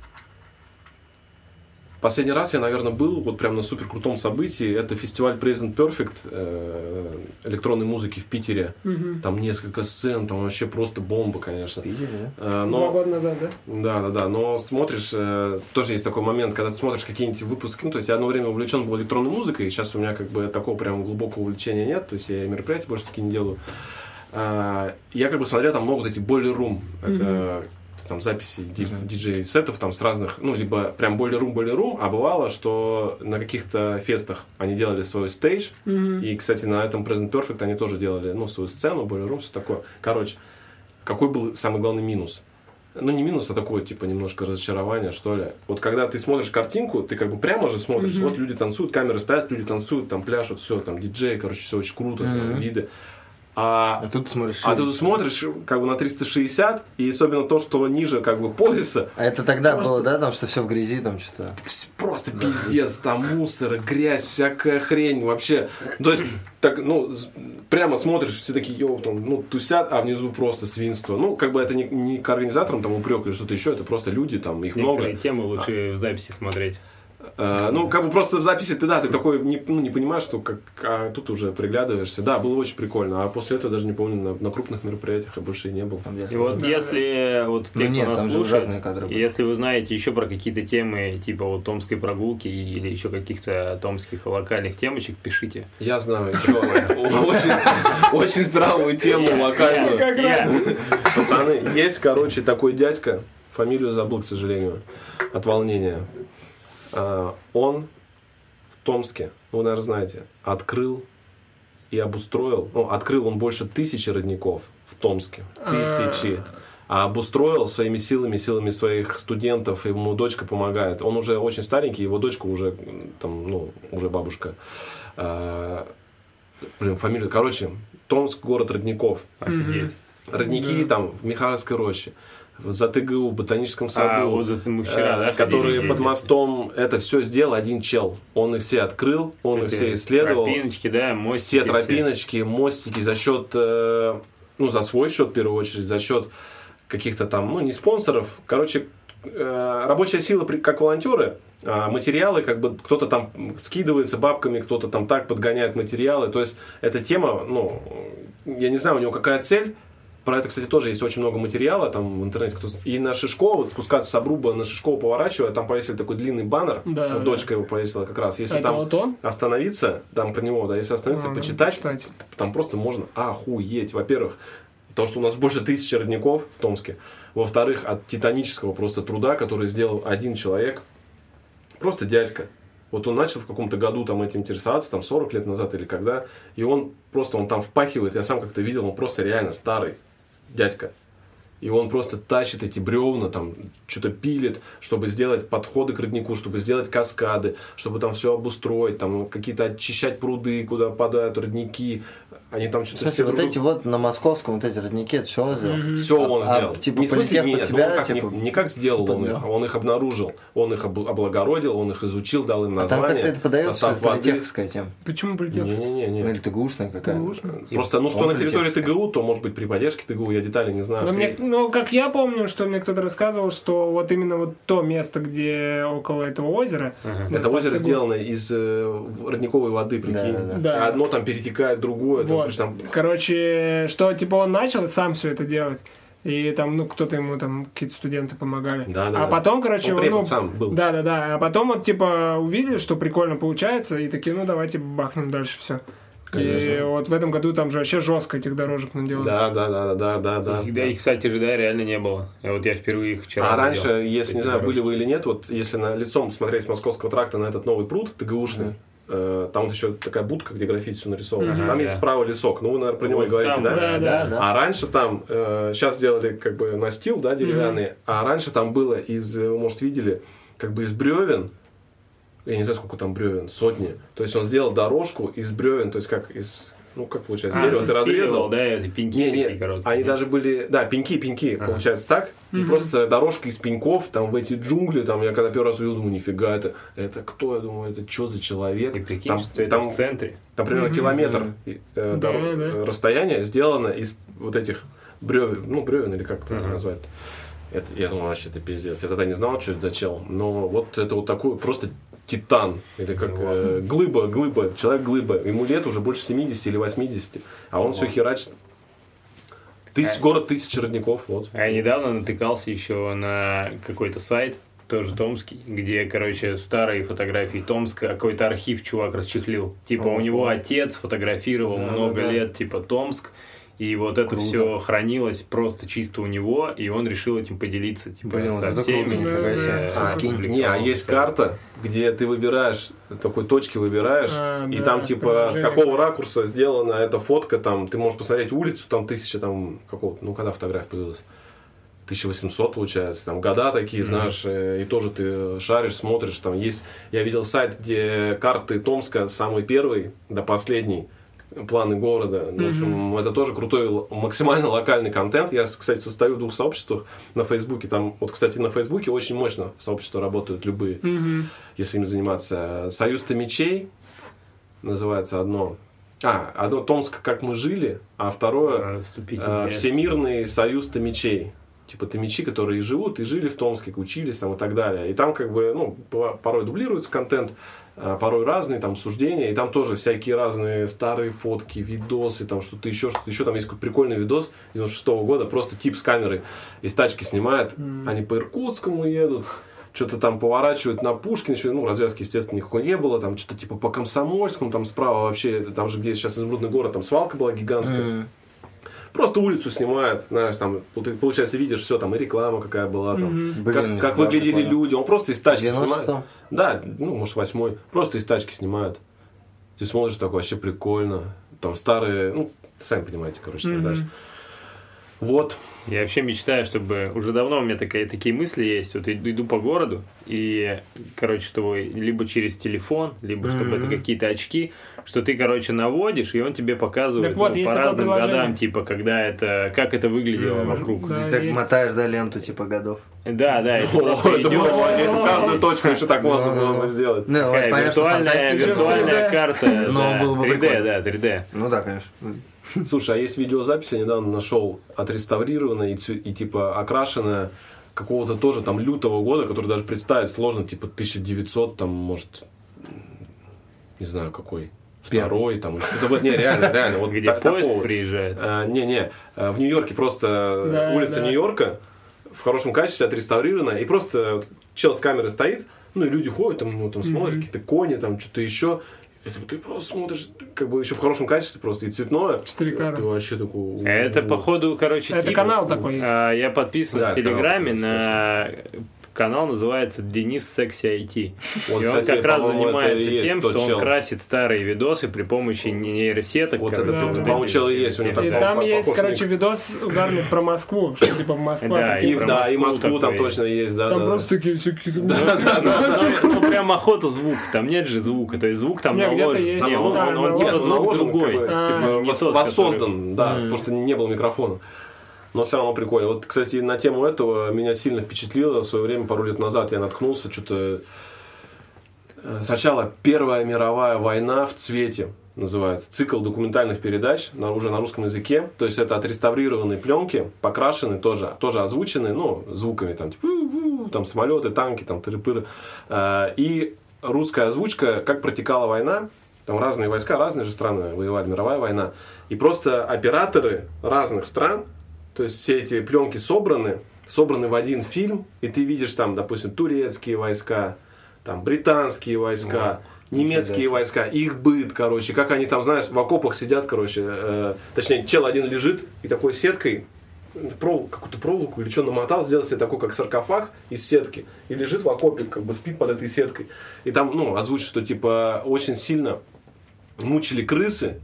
Последний раз я, наверное, был вот прям на супер крутом событии. Это фестиваль Present Perfect электронной музыки в Питере. Там несколько сцен, там вообще просто бомба, конечно. В Питере, да? 2 года назад, да? Да. Но смотришь, тоже есть такой момент, когда ты смотришь какие-нибудь выпуски. Ну, то есть я одно время увлечен был электронной музыкой, сейчас у меня как бы такого прям глубокого увлечения нет. То есть я мероприятия больше такие не делаю. Я как бы смотрел там много вот эти Boiler Room. Это там записи диджей-сетов там с разных, ну, либо прям Boiler Room, а бывало, что на каких-то фестах они делали свой стейдж, и, кстати, на этом Present Perfect они тоже делали, ну, свою сцену, Boiler Room, все такое. Короче, какой был самый главный минус? Ну, не минус, а такое, типа, немножко разочарование, что ли. Вот когда ты смотришь картинку, ты как бы прямо же смотришь, вот люди танцуют, камеры стоят, люди танцуют, там пляшут, все, там диджей, короче, все очень круто, там, виды. А тут смотришь как бы на 360, и особенно то, что ниже как бы пояса. А это тогда просто было, да, там что все в грязи, там что-то. Просто пиздец, там мусор, грязь, всякая хрень вообще. То есть, так, ну, прямо смотришь, все такие, йоу, там, ну, тусят, а внизу просто свинство. Ну, как бы это не к организаторам там упрек или что-то еще, это просто люди, там, их много. Некоторые темы лучше в записи смотреть. Ну, как бы просто в записи ты такой не понимаешь, что тут уже приглядываешься. Да, было очень прикольно. А после этого даже не помню, на крупных мероприятиях я больше и не был. И вот если вот те, кто нас слушает, если вы знаете еще про какие-то темы, типа вот томской прогулки или еще каких-то томских локальных темочек, пишите. Я знаю еще очень здравую тему локальную. Пацаны, есть, короче, такой дядька, фамилию забыл, к сожалению, от волнения. Он в Томске, вы, наверное, знаете, открыл и обустроил, ну, открыл он больше 1000 родников в Томске, 1000, а обустроил своими силами своих студентов, ему дочка помогает. Он уже очень старенький, его дочка уже, там, ну, уже бабушка. Фамилия, короче, Томск, город родников. Офигеть. Родники там в Михайловской роще. За ТГУ, в ботаническом саду, вот мы вчера, которые под мостом, это все сделал один чел. Он их все открыл, он их все исследовал. Тропиночки, да, мостики. Все тропиночки, мостики за счет, ну, за свой счет, в первую очередь, за счет каких-то там, ну, не спонсоров. Короче, рабочая сила, как волонтеры, материалы, как бы кто-то там скидывается бабками, кто-то там так подгоняет материалы. То есть, эта тема, ну, я не знаю, у него какая цель. Про это, кстати, тоже есть очень много материала там в интернете. И на Шишкова, вот спускаться с обруба на Шишкова поворачивая, там повесили такой длинный баннер. Да, вот дочка его повесила как раз. Если там вот остановиться, там про него, да, если остановиться, почитать, там просто можно охуеть. Во-первых, то, что у нас больше 1000 родников в Томске. Во-вторых, от титанического просто труда, который сделал один человек. Просто дядька. Вот он начал в каком-то году там этим интересоваться, там 40 лет назад или когда, и он там впахивает, я сам как-то видел, он просто реально старый дядька. И он просто тащит эти бревна, там, что-то пилит, чтобы сделать подходы к роднику, чтобы сделать каскады, чтобы там все обустроить, там, какие-то очищать пруды, куда падают родники. Они там что-то все... Вот эти вот на московском, вот эти родники, это все он сделал? Все он сделал. Типа, не в смысле, нет, тебя, не как сделал он их обнаружил, он их облагородил, он их изучил, дал им название. А там как-то это подается, что политеховская тема. Почему политеховская? Не. Ну или ТГУшная какая-то. Просто, ну, что на территории ТГУ, то может быть при поддержке ТГУ, я детали не знаю. Ну, как я помню, что мне кто-то рассказывал, что вот именно вот то место, где около этого озера... Это озеро сделано из родниковой воды, прикинь. Да. Одно там перетекает, другое. Вот. Короче, что типа он начал сам все это делать. И там, ну, кто-то ему там, какие-то студенты помогали. Да. А потом, короче, он сам был. Да. А потом вот, типа, увидели, что прикольно получается, и такие, ну, давайте бахнем дальше все. Конечно. И вот в этом году там же вообще жестко этих дорожек наделали. Да. Их, кстати же, да, реально не было. Вот я впервые их вчера А раньше, если, не знаю, были вы или нет, вот если на лицом смотреть с Московского тракта на этот новый пруд ТГУшный, там вот еще такая будка, где граффити все нарисовано. Там есть справа лесок. Ну, вы, наверное, про него и говорите, да? А раньше там, сейчас сделали как бы настил, да, деревянный, а раньше там было вы, может, видели, как бы из бревен, я не знаю, сколько там бревен, сотни. То есть он сделал дорожку из бревен, то есть как из... Ну, как получается, дерево ты разрезал. Да, это пеньки такие короткие. Они даже были, да, пеньки, получается так. И просто дорожка из пеньков, там, в эти джунгли, там, я когда первый раз увидел, думаю, нифига, это кто? Я думаю, это что за человек? И прикинь, там, что это в центре. Там примерно километр расстояния сделано из вот этих бревен, или как это назвать. Я думал, вообще, это пиздец. Я тогда не знал, что это за чел. Но вот это вот такой просто титан, или как глыба, человек-глыба. Ему лет уже больше 70 или 80, а он все херачит. Город 1000 родников. Вот. А я недавно натыкался еще на какой-то сайт, тоже томский, где, короче, старые фотографии Томска, какой-то архив чувак расчехлил. Типа у него отец фотографировал много лет, типа Томск. И вот это все хранилось просто чисто у него, и он решил этим поделиться со всеми. А есть карта, где ты выбираешь, такой точки выбираешь, и там типа с какого ракурса сделана эта фотка, там ты можешь посмотреть улицу, там 1000 там какого-то, когда фотография появилась? 1800, получается, там года такие, знаешь, и тоже ты шаришь, смотришь, там есть, я видел сайт, где карты Томска самый первый до последней, планы города. В общем, это тоже крутой, максимально локальный контент. Я, кстати, состою в 2 сообществах на Фейсбуке. Там, вот, кстати, на Фейсбуке очень мощно сообщества работают любые, если им заниматься. Союз Томичей называется одно. Одно Томск, как мы жили, а второе Всемирный союз Томичей. Типа томичи, которые живут и жили в Томске, учились там и так далее. И там как бы, порой дублируется контент, порой разные там суждения, и там тоже всякие разные старые фотки, видосы, там что-то еще. Там есть какой-то прикольный видос 96-го года, просто тип с камерой из тачки снимает, они по Иркутскому едут, что-то там поворачивают на Пушкина, развязки, естественно, никакой не было, там что-то типа по Комсомольскому, там справа вообще, там же, где сейчас изумрудный город, там свалка была гигантская. Просто улицу снимают, знаешь, там, ты, получается, видишь все, там, и реклама какая была, там, как выглядели люди. Он просто из тачки снимает. Да, может, 8-й. Просто из тачки снимают. Ты смотришь, такое вообще прикольно. Там старые, сами понимаете, короче, дальше. Вот. Я вообще мечтаю, чтобы... Уже давно у меня такие мысли есть. Вот иду по городу, и, короче, чтобы либо через телефон, либо чтобы это какие-то очки, что ты, короче, наводишь, и он тебе показывает по разным годам, типа, как это выглядело вокруг. Ты так мотаешь, ленту, типа, годов. Да, и ты просто идешь. Если каждую точку еще так можно было бы сделать. Такая виртуальная карта. 3D, 3D. Ну да, конечно. Слушай, а есть видеозапись, я недавно нашел, отреставрированная и типа окрашенная какого-то тоже там лютого года, который даже представить сложно, типа 1900, там, может, не знаю какой, второй, там, что-то, реально. Вот где поезд приезжает. В Нью-Йорке просто улица Нью-Йорка в хорошем качестве отреставрирована, и просто чел с камерой стоит, и люди ходят, там смотришь, какие-то кони, там, что-то еще. Это ты просто смотришь, как бы еще в хорошем качестве просто, и цветное. 4К. Ты вообще такой... Это, походу, короче... Это канал такой. Я подписан в Телеграме на... Канал называется Денис Секси IT. И он как раз занимается тем, что он красит старые видосы при помощи нейросеток. Вот это, по-моему, чел и есть. И там есть, короче, видос угарный про Москву, что типа Москва. Да, и Москву там точно есть, да. Там просто такие всякие... Ну, прям охота звук. Там нет же звука. То есть звук там наложен. Он типа звук другой. Воссоздан, да, потому что не было микрофона. Но все равно прикольно. Вот, кстати, на тему этого меня сильно впечатлило. В свое время, пару лет назад, я наткнулся, что-то... Сначала Первая мировая война в цвете называется. Цикл документальных передач, уже на русском языке. То есть, это отреставрированные пленки, покрашенные тоже озвученные, звуками, там, типа, там, самолеты, танки, там, тыры-пыры. И русская озвучка, как протекала война. Там разные войска, разные же страны воевали, мировая война. И просто операторы разных стран То есть все эти пленки собраны в один фильм, и ты видишь там, допустим, турецкие войска, там британские войска, немецкие войска, их быт, короче, как они там, знаешь, в окопах сидят, короче, точнее, чел один лежит и такой сеткой какую-то проволоку или что намотал, сделал себе такой, как саркофаг из сетки, и лежит в окопе, как бы спит под этой сеткой. И там, озвучит, что, типа, очень сильно мучили крысы,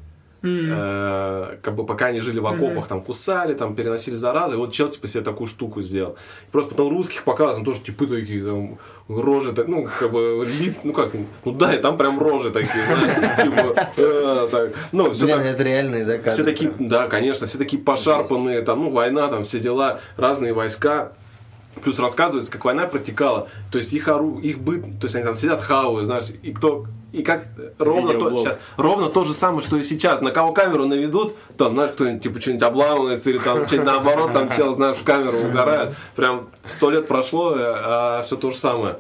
как бы пока они жили в окопах, там кусали, там переносили заразы, и вот чел типа себе такую штуку сделал. Просто потом русских показывают, тоже типы такие, там, рожи, как бы, и там прям рожи такие, знаешь, типа, так. Это реальные, да, кадры? Все такие, да, конечно, все такие пошарпанные, там, война, там, все дела, разные войска. Плюс рассказывается, как война протекала, то есть их быт, то есть они там сидят, хавают, знаешь, и как ровно то же самое, что и сейчас. На кого камеру наведут, там, знаешь, кто-нибудь типа что-нибудь обламывается или там что-нибудь наоборот, там чел, знаешь, в камеру угорает. Прям 100 лет прошло, а все то же самое.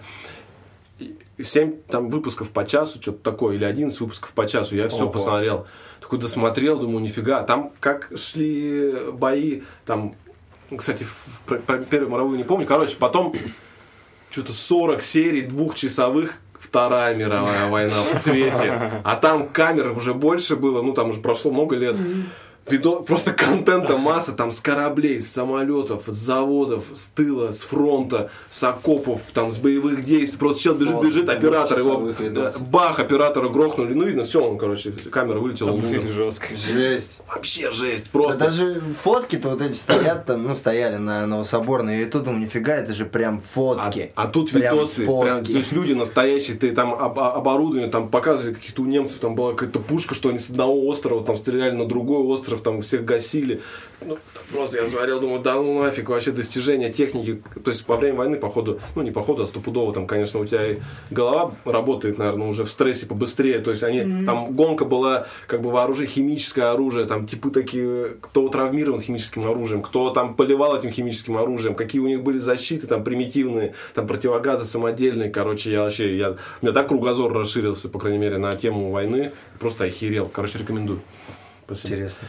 7 там выпусков по часу, что-то такое, или 11 выпусков по часу, я все посмотрел. Такой досмотрел, думаю, нифига. Там как шли бои, там, кстати, про Первую мировую не помню. Короче, потом что-то 40 серий двухчасовых, Вторая мировая война в цвете. А там камер уже больше было, там уже прошло много лет. Просто контента масса, там с кораблей, с самолетов, с заводов, с тыла, с фронта, с окопов, там, с боевых действий. Просто человек бежит, оператор его, бах, оператора грохнули, видно, все, он, короче, камера вылетела. Жестко. Жесть. Вообще жесть, просто. Даже фотки-то вот эти стоят там, стояли на Новособорной, и тут, думаю, нифига, это же прям фотки. А тут прям видосы, прям, то есть люди настоящие, ты там оборудование, там показывали, каких-то у немцев, там была какая-то пушка, что они с одного острова там стреляли на другой остров, там всех гасили. Просто я смотрел, думаю, да ну нафиг, вообще достижения техники. То есть во время войны, походу, не походу, а стопудово, там, конечно, у тебя и голова работает, наверное, уже в стрессе побыстрее. То есть они, там гонка была, как бы, вооружение, химическое оружие, там типы такие, кто травмирован химическим оружием, кто там поливал этим химическим оружием, какие у них были защиты, там, примитивные, там, противогазы самодельные, короче, у меня так кругозор расширился, по крайней мере, на тему войны, просто охерел. Короче, рекомендую. Спасибо. Интересно.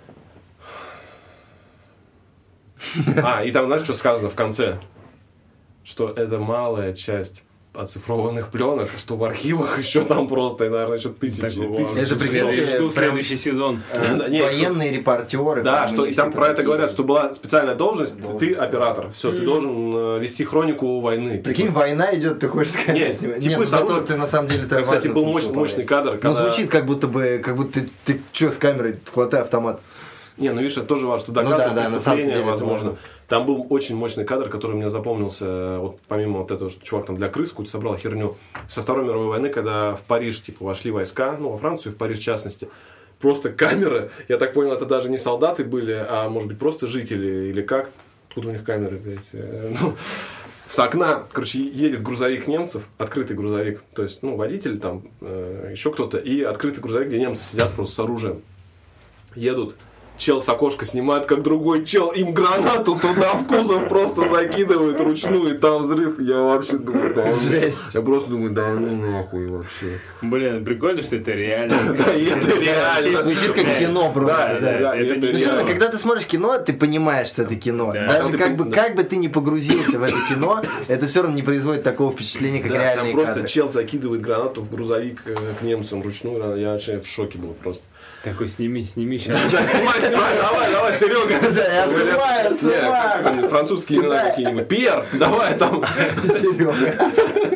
И там, знаешь, что сказано в конце? Что это малая часть оцифрованных пленок, что в архивах еще там просто, наверное, еще тысячи. Это, прикиньте, жду следующий сезон. Военные репортеры. Да, что и там про это говорят, что была специальная должность, ты оператор, все, ты должен вести хронику войны. Прикинь, война идет, ты хочешь сказать? Нет, зато ты на самом деле... Кстати, был мощный кадр. Но звучит, как будто ты что с камерой, хватай автомат. Видишь, это тоже важно, что доказывает преступление, возможно. Там был очень мощный кадр, который мне запомнился, вот помимо вот этого, что чувак там для крыс какую-то собрал херню, со Второй мировой войны, когда в Париж, вошли войска, во Францию, в Париж в частности, просто камера, я так понял, это даже не солдаты были, а может быть просто жители, или как, откуда у них камеры, блядь, с окна, едет грузовик немцев, открытый грузовик, то есть, водитель там, еще кто-то, и открытый грузовик, где немцы сидят просто с оружием, едут. Чел с окошка снимает, как другой чел, им гранату туда в кузов просто закидывают ручную, и там взрыв. Я вообще думаю, да жесть. Я просто думаю, да ну нахуй вообще. Блин, прикольно, что это реально. Да, это реально. Звучит как кино просто. Да, это реально. Когда ты смотришь кино, ты понимаешь, что это кино. Даже как бы ты не погрузился в это кино, это все равно не производит такого впечатления, как реальные кадры. Просто чел закидывает гранату в грузовик к немцам ручную. Я вообще в шоке был просто. Такой, сними сейчас. Давай, Серега. Да, я снимаю. Французские имена какие-нибудь. Пьер, давай там. Серега.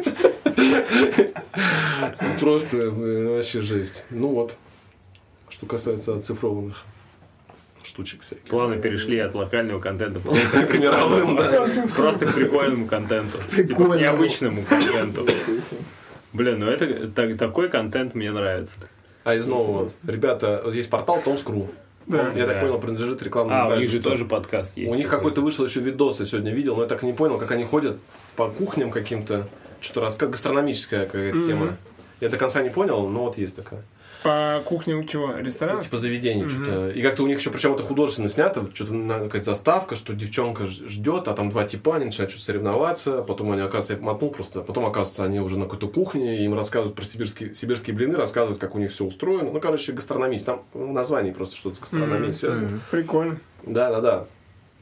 Просто вообще жесть. Что касается оцифрованных штучек всяких. Плавно перешли от локального контента к мировым, просто к прикольному контенту. К необычному контенту. Блин, это такой контент мне нравится. А из нового, ребята, есть портал Tom's.ru. Я так понял, принадлежит рекламному у них же тоже подкаст есть. У них какой-то вышел еще видос, я сегодня видел, но я так и не понял, как они ходят по кухням каким-то, что-то гастрономическая какая-то тема. Я до конца не понял, но вот есть такая. По кухням чего? Ресторанов? Типа заведений что-то. И как-то у них еще, причем это художественно снято, что-то какая-то заставка, что девчонка ждет, а там два типа, они начинают что-то соревноваться, потом они, оказывается, я мотнул просто, потом, оказывается, они уже на какой-то кухне, и им рассказывают про сибирские блины, рассказывают, как у них все устроено. Гастрономия. Там в названии просто что-то с гастрономией связано. Прикольно. Да.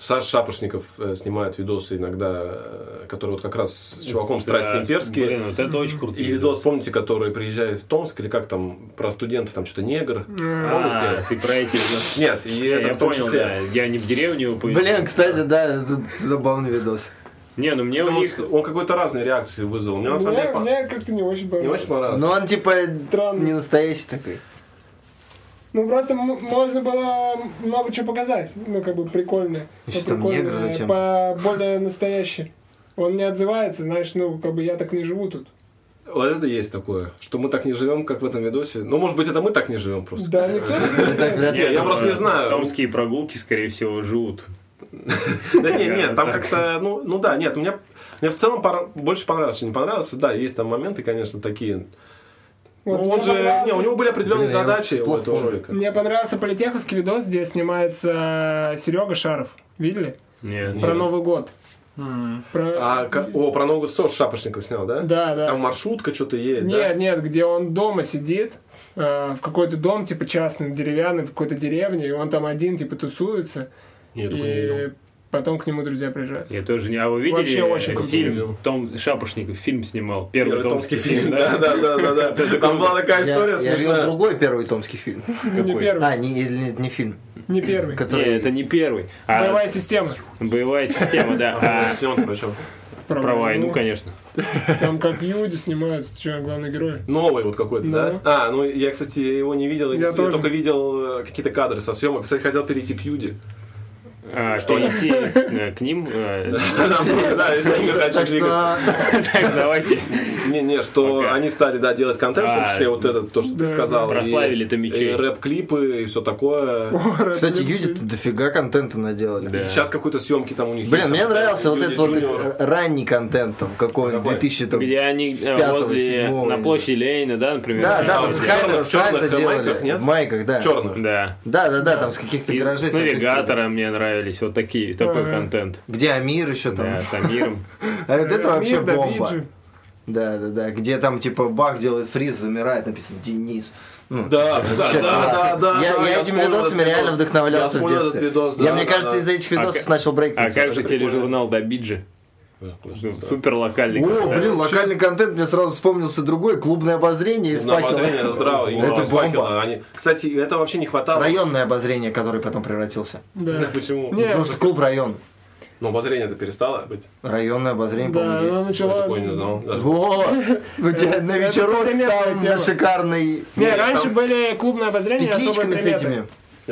Саша Шапошников снимает видосы иногда, который вот как раз с чуваком «Страсти имперские». Блин, вот это очень круто. И видос, помните, который приезжает в Томск, или как там, про студентов, там что-то негр. Помните? Ты про эти... Нет, я понял, да. Я не в деревню повезу. Блин, кстати, да, это забавный видос. Не, ну мне у них... Он какой-то разные реакции вызвал. Мне как-то не очень понравилось. Не очень понравилось. Ну он типа странный, не настоящий такой. Ну просто можно было много чего показать. Ну как бы прикольное. Более настоящее. Он не отзывается, знаешь, ну как бы я так не живу тут. Вот это есть такое, что мы так не живем, как в этом видосе. Ну, может быть, это мы так не живем просто. Да, никто не Я просто не знаю. Томские прогулки, скорее всего, живут. Да нет, там как-то, ну да, нет, мне в целом больше понравилось, чем не понравилось. Да, есть там моменты, конечно, такие. Ну, он же, у него были определенные задачи у этого ролика. Мне понравился политеховский видос, где снимается Серега Шаров. Видели? Нет. Про Новый год. Про Новый год Шапошников снял, да? Да. Там маршрутка что-то едет, да? Нет, где он дома сидит, в какой-то дом, типа частный, деревянный, в какой-то деревне, и он там один, типа, тусуется. Нет, и потом к нему друзья приезжают. Я тоже не... А вы видели вообще очень фильм? Том Шапошников фильм снимал. Первый томский фильм. Да. Там была такая история смешная. Я видел другой первый томский фильм. Не первый. Не фильм. Не первый. Нет, это не первый. Боевая система. Боевая система, да. Про войну, конечно. Там как люди снимаются, что, главный герой. Новый вот какой-то, да? Ну я, кстати, его не видел. Я только видел какие-то кадры со съемок. Кстати, хотел перейти к Юде. Что идти к ним? Да, если они хотят двигаться. Так, давайте. Не, что они стали, делать контент, в том числе вот это, то, что ты сказал. Прославили томичей. И рэп-клипы, и все такое. Кстати, Юди-то дофига контента наделали. Сейчас какой-то съемки там у них есть. Блин, мне нравился вот этот вот ранний контент, там, какой-нибудь 2005 где они возле, на площади Ленина, да, например? Да, там с Хайдера Сальто делали. В майках, да. Черных. Да, там с каких-то гаражей. С навигатора мне нравились вот такой контент. Где Амир еще там. Да, с Амиром. А вот это вообще бомба. Да. Где там типа Бах делает фриз, замирает, написано Денис. Да. Я этими видосами реально вдохновлялся в детстве. Я, мне кажется, из-за этих видосов начал брейкать. А как же тележурнал Dabidji? Супер локальный контент. Блин, локальный контент, мне сразу вспомнился другой. Клубное обозрение из факела. Обозрение, это здраво. Это бомба. Кстати, это вообще не хватало. Районное обозрение, которое потом превратился. Да. Почему? Потому что клуб район. Но обозрение-то перестало быть. Районное обозрение, по-моему, есть. Да, начала... Я такой не знал. Во! У тебя на вечерок там на шикарный... Не, раньше были клубное обозрение, особые приметы.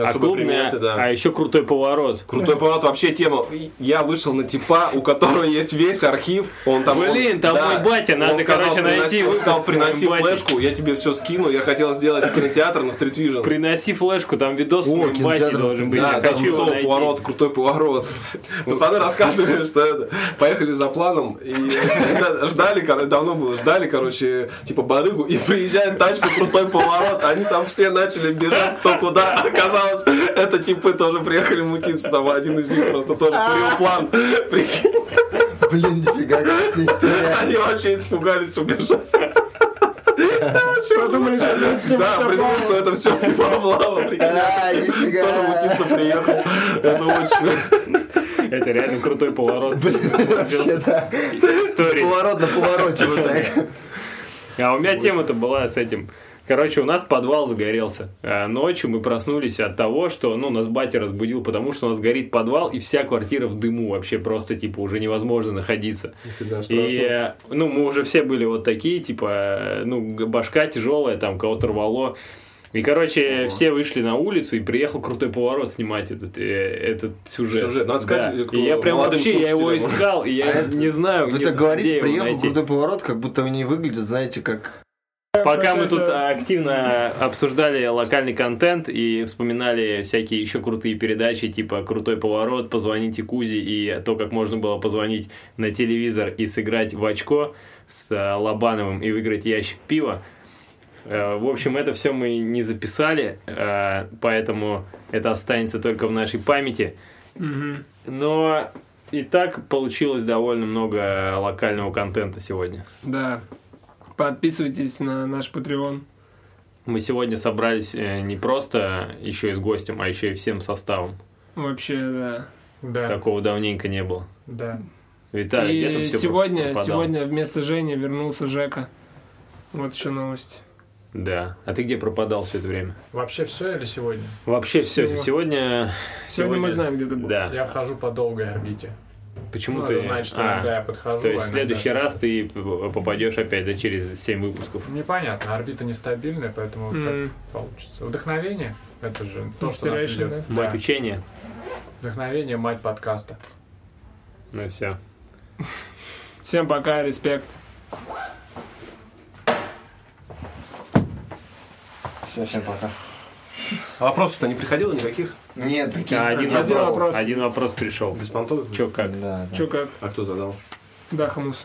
А еще крутой поворот. Крутой поворот, вообще тема. Я вышел на типа, у которого есть весь архив. Он там. Блин, там мой батя, надо, короче, найти. Он сказал, приноси флешку, я тебе все скину. Я хотел сделать кинотеатр на Street Vision. Приноси флешку, там видос с моим батей должен быть. Да, крутой поворот. Пацаны рассказывали, что это. Поехали за планом и ждали, давно было, ждали, типа барыгу, и приезжает тачка, крутой поворот. Они там все начали бежать, кто куда. Оказалось, это типы тоже приехали мутиться, там один из них просто тоже курил план. Прикинь. Блин, нифига, какая история. Они вообще испугались, убежали. Подумали, что придумали, что это все типа облава. Прикинь, тоже мутиться приехал. Это очень... Это реально крутой поворот. История. Поворот на повороте вот так. А у меня тема-то была с этим. Короче, у нас подвал загорелся. Ночью мы проснулись от того, что нас батя разбудил, потому что у нас горит подвал, и вся квартира в дыму. Вообще просто, типа, уже невозможно находиться. И, мы уже все были вот такие, типа, башка тяжелая, там, кого-то рвало. И, короче, все вышли на улицу, и приехал крутой поворот снимать этот сюжет. Надо сказать, и я прям вообще, я его искал, и я не знаю, где его найти. Вы так говорите, приехал крутой поворот, как будто они выглядят, знаете, как... Пока мы тут активно обсуждали локальный контент и вспоминали всякие еще крутые передачи, типа «Крутой поворот», «Позвоните Кузе» и то, как можно было позвонить на телевизор и сыграть в очко с Лобановым и выиграть ящик пива. В общем, это все мы не записали, поэтому это останется только в нашей памяти. Но и так получилось довольно много локального контента сегодня. Да. Подписывайтесь на наш Patreon. Мы сегодня собрались не просто еще и с гостем, а еще и всем составом. Вообще, да. Да. Такого давненько не было. Да. Виталий, где-то все сегодня вместо Жени вернулся Жека. Вот еще новость. Да. А ты где пропадал все это время? Вообще все или сегодня? Вообще все. Сегодня мы знаем, где ты был. Да. Я хожу по долгой орбите. Почему ты? Знать, что иногда я подхожу. То есть в следующий раз ты попадешь опять, да, через 7 выпусков? Непонятно, орбита нестабильная, поэтому как получится. Вдохновение, это же то, что нас ведет. Да? Мать учения. Вдохновение, мать подкаста. Ну все. Всем пока, респект. Всем пока. А вопросов-то не приходило никаких? Нет, прикинь. Один вопрос пришел. Беспонтовых? Чё как? Да. Чё как? А кто задал? Дахамус.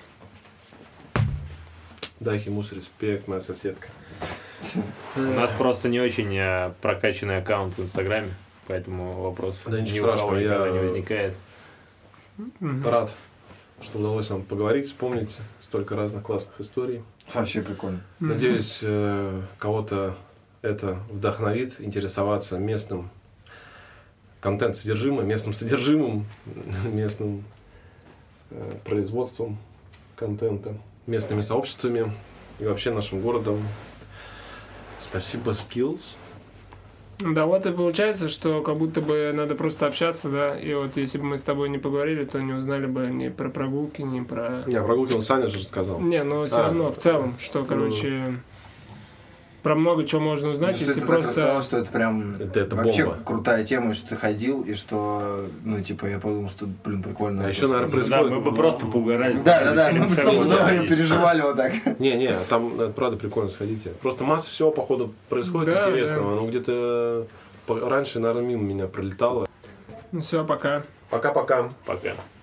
Дахимус, респект, моя соседка. У нас просто не очень прокачанный аккаунт в Инстаграме, поэтому вопросов ни у кого никогда не возникает. Рад, что удалось нам поговорить, вспомнить столько разных классных историй. Вообще прикольно. Надеюсь, кого-то это вдохновит интересоваться местным контент-содержимым, местным содержимым, местным производством контента, местными сообществами и вообще нашим городом. Спасибо, Skills. Да, вот и получается, что как будто бы надо просто общаться, да, и вот если бы мы с тобой не поговорили, то не узнали бы ни про прогулки, ни про... Не, прогулки он Саня же рассказал. Не, но все равно, в целом, что, короче, про много чего можно узнать, что если ты просто... сказал, что это прям это вообще бомба. Крутая тема, и что ты ходил, и что, ну, типа, я подумал, что, блин, прикольно. А еще, наверное, происходит... Да, мы бы просто поугарали. Да, мы бы с тобой переживали вот так. Не, там, это правда прикольно, сходите. Просто масса всего, походу, происходит интересного. Ну, где-то раньше, наверное, мимо меня пролетало. Ну все, пока. Пока-пока. Пока.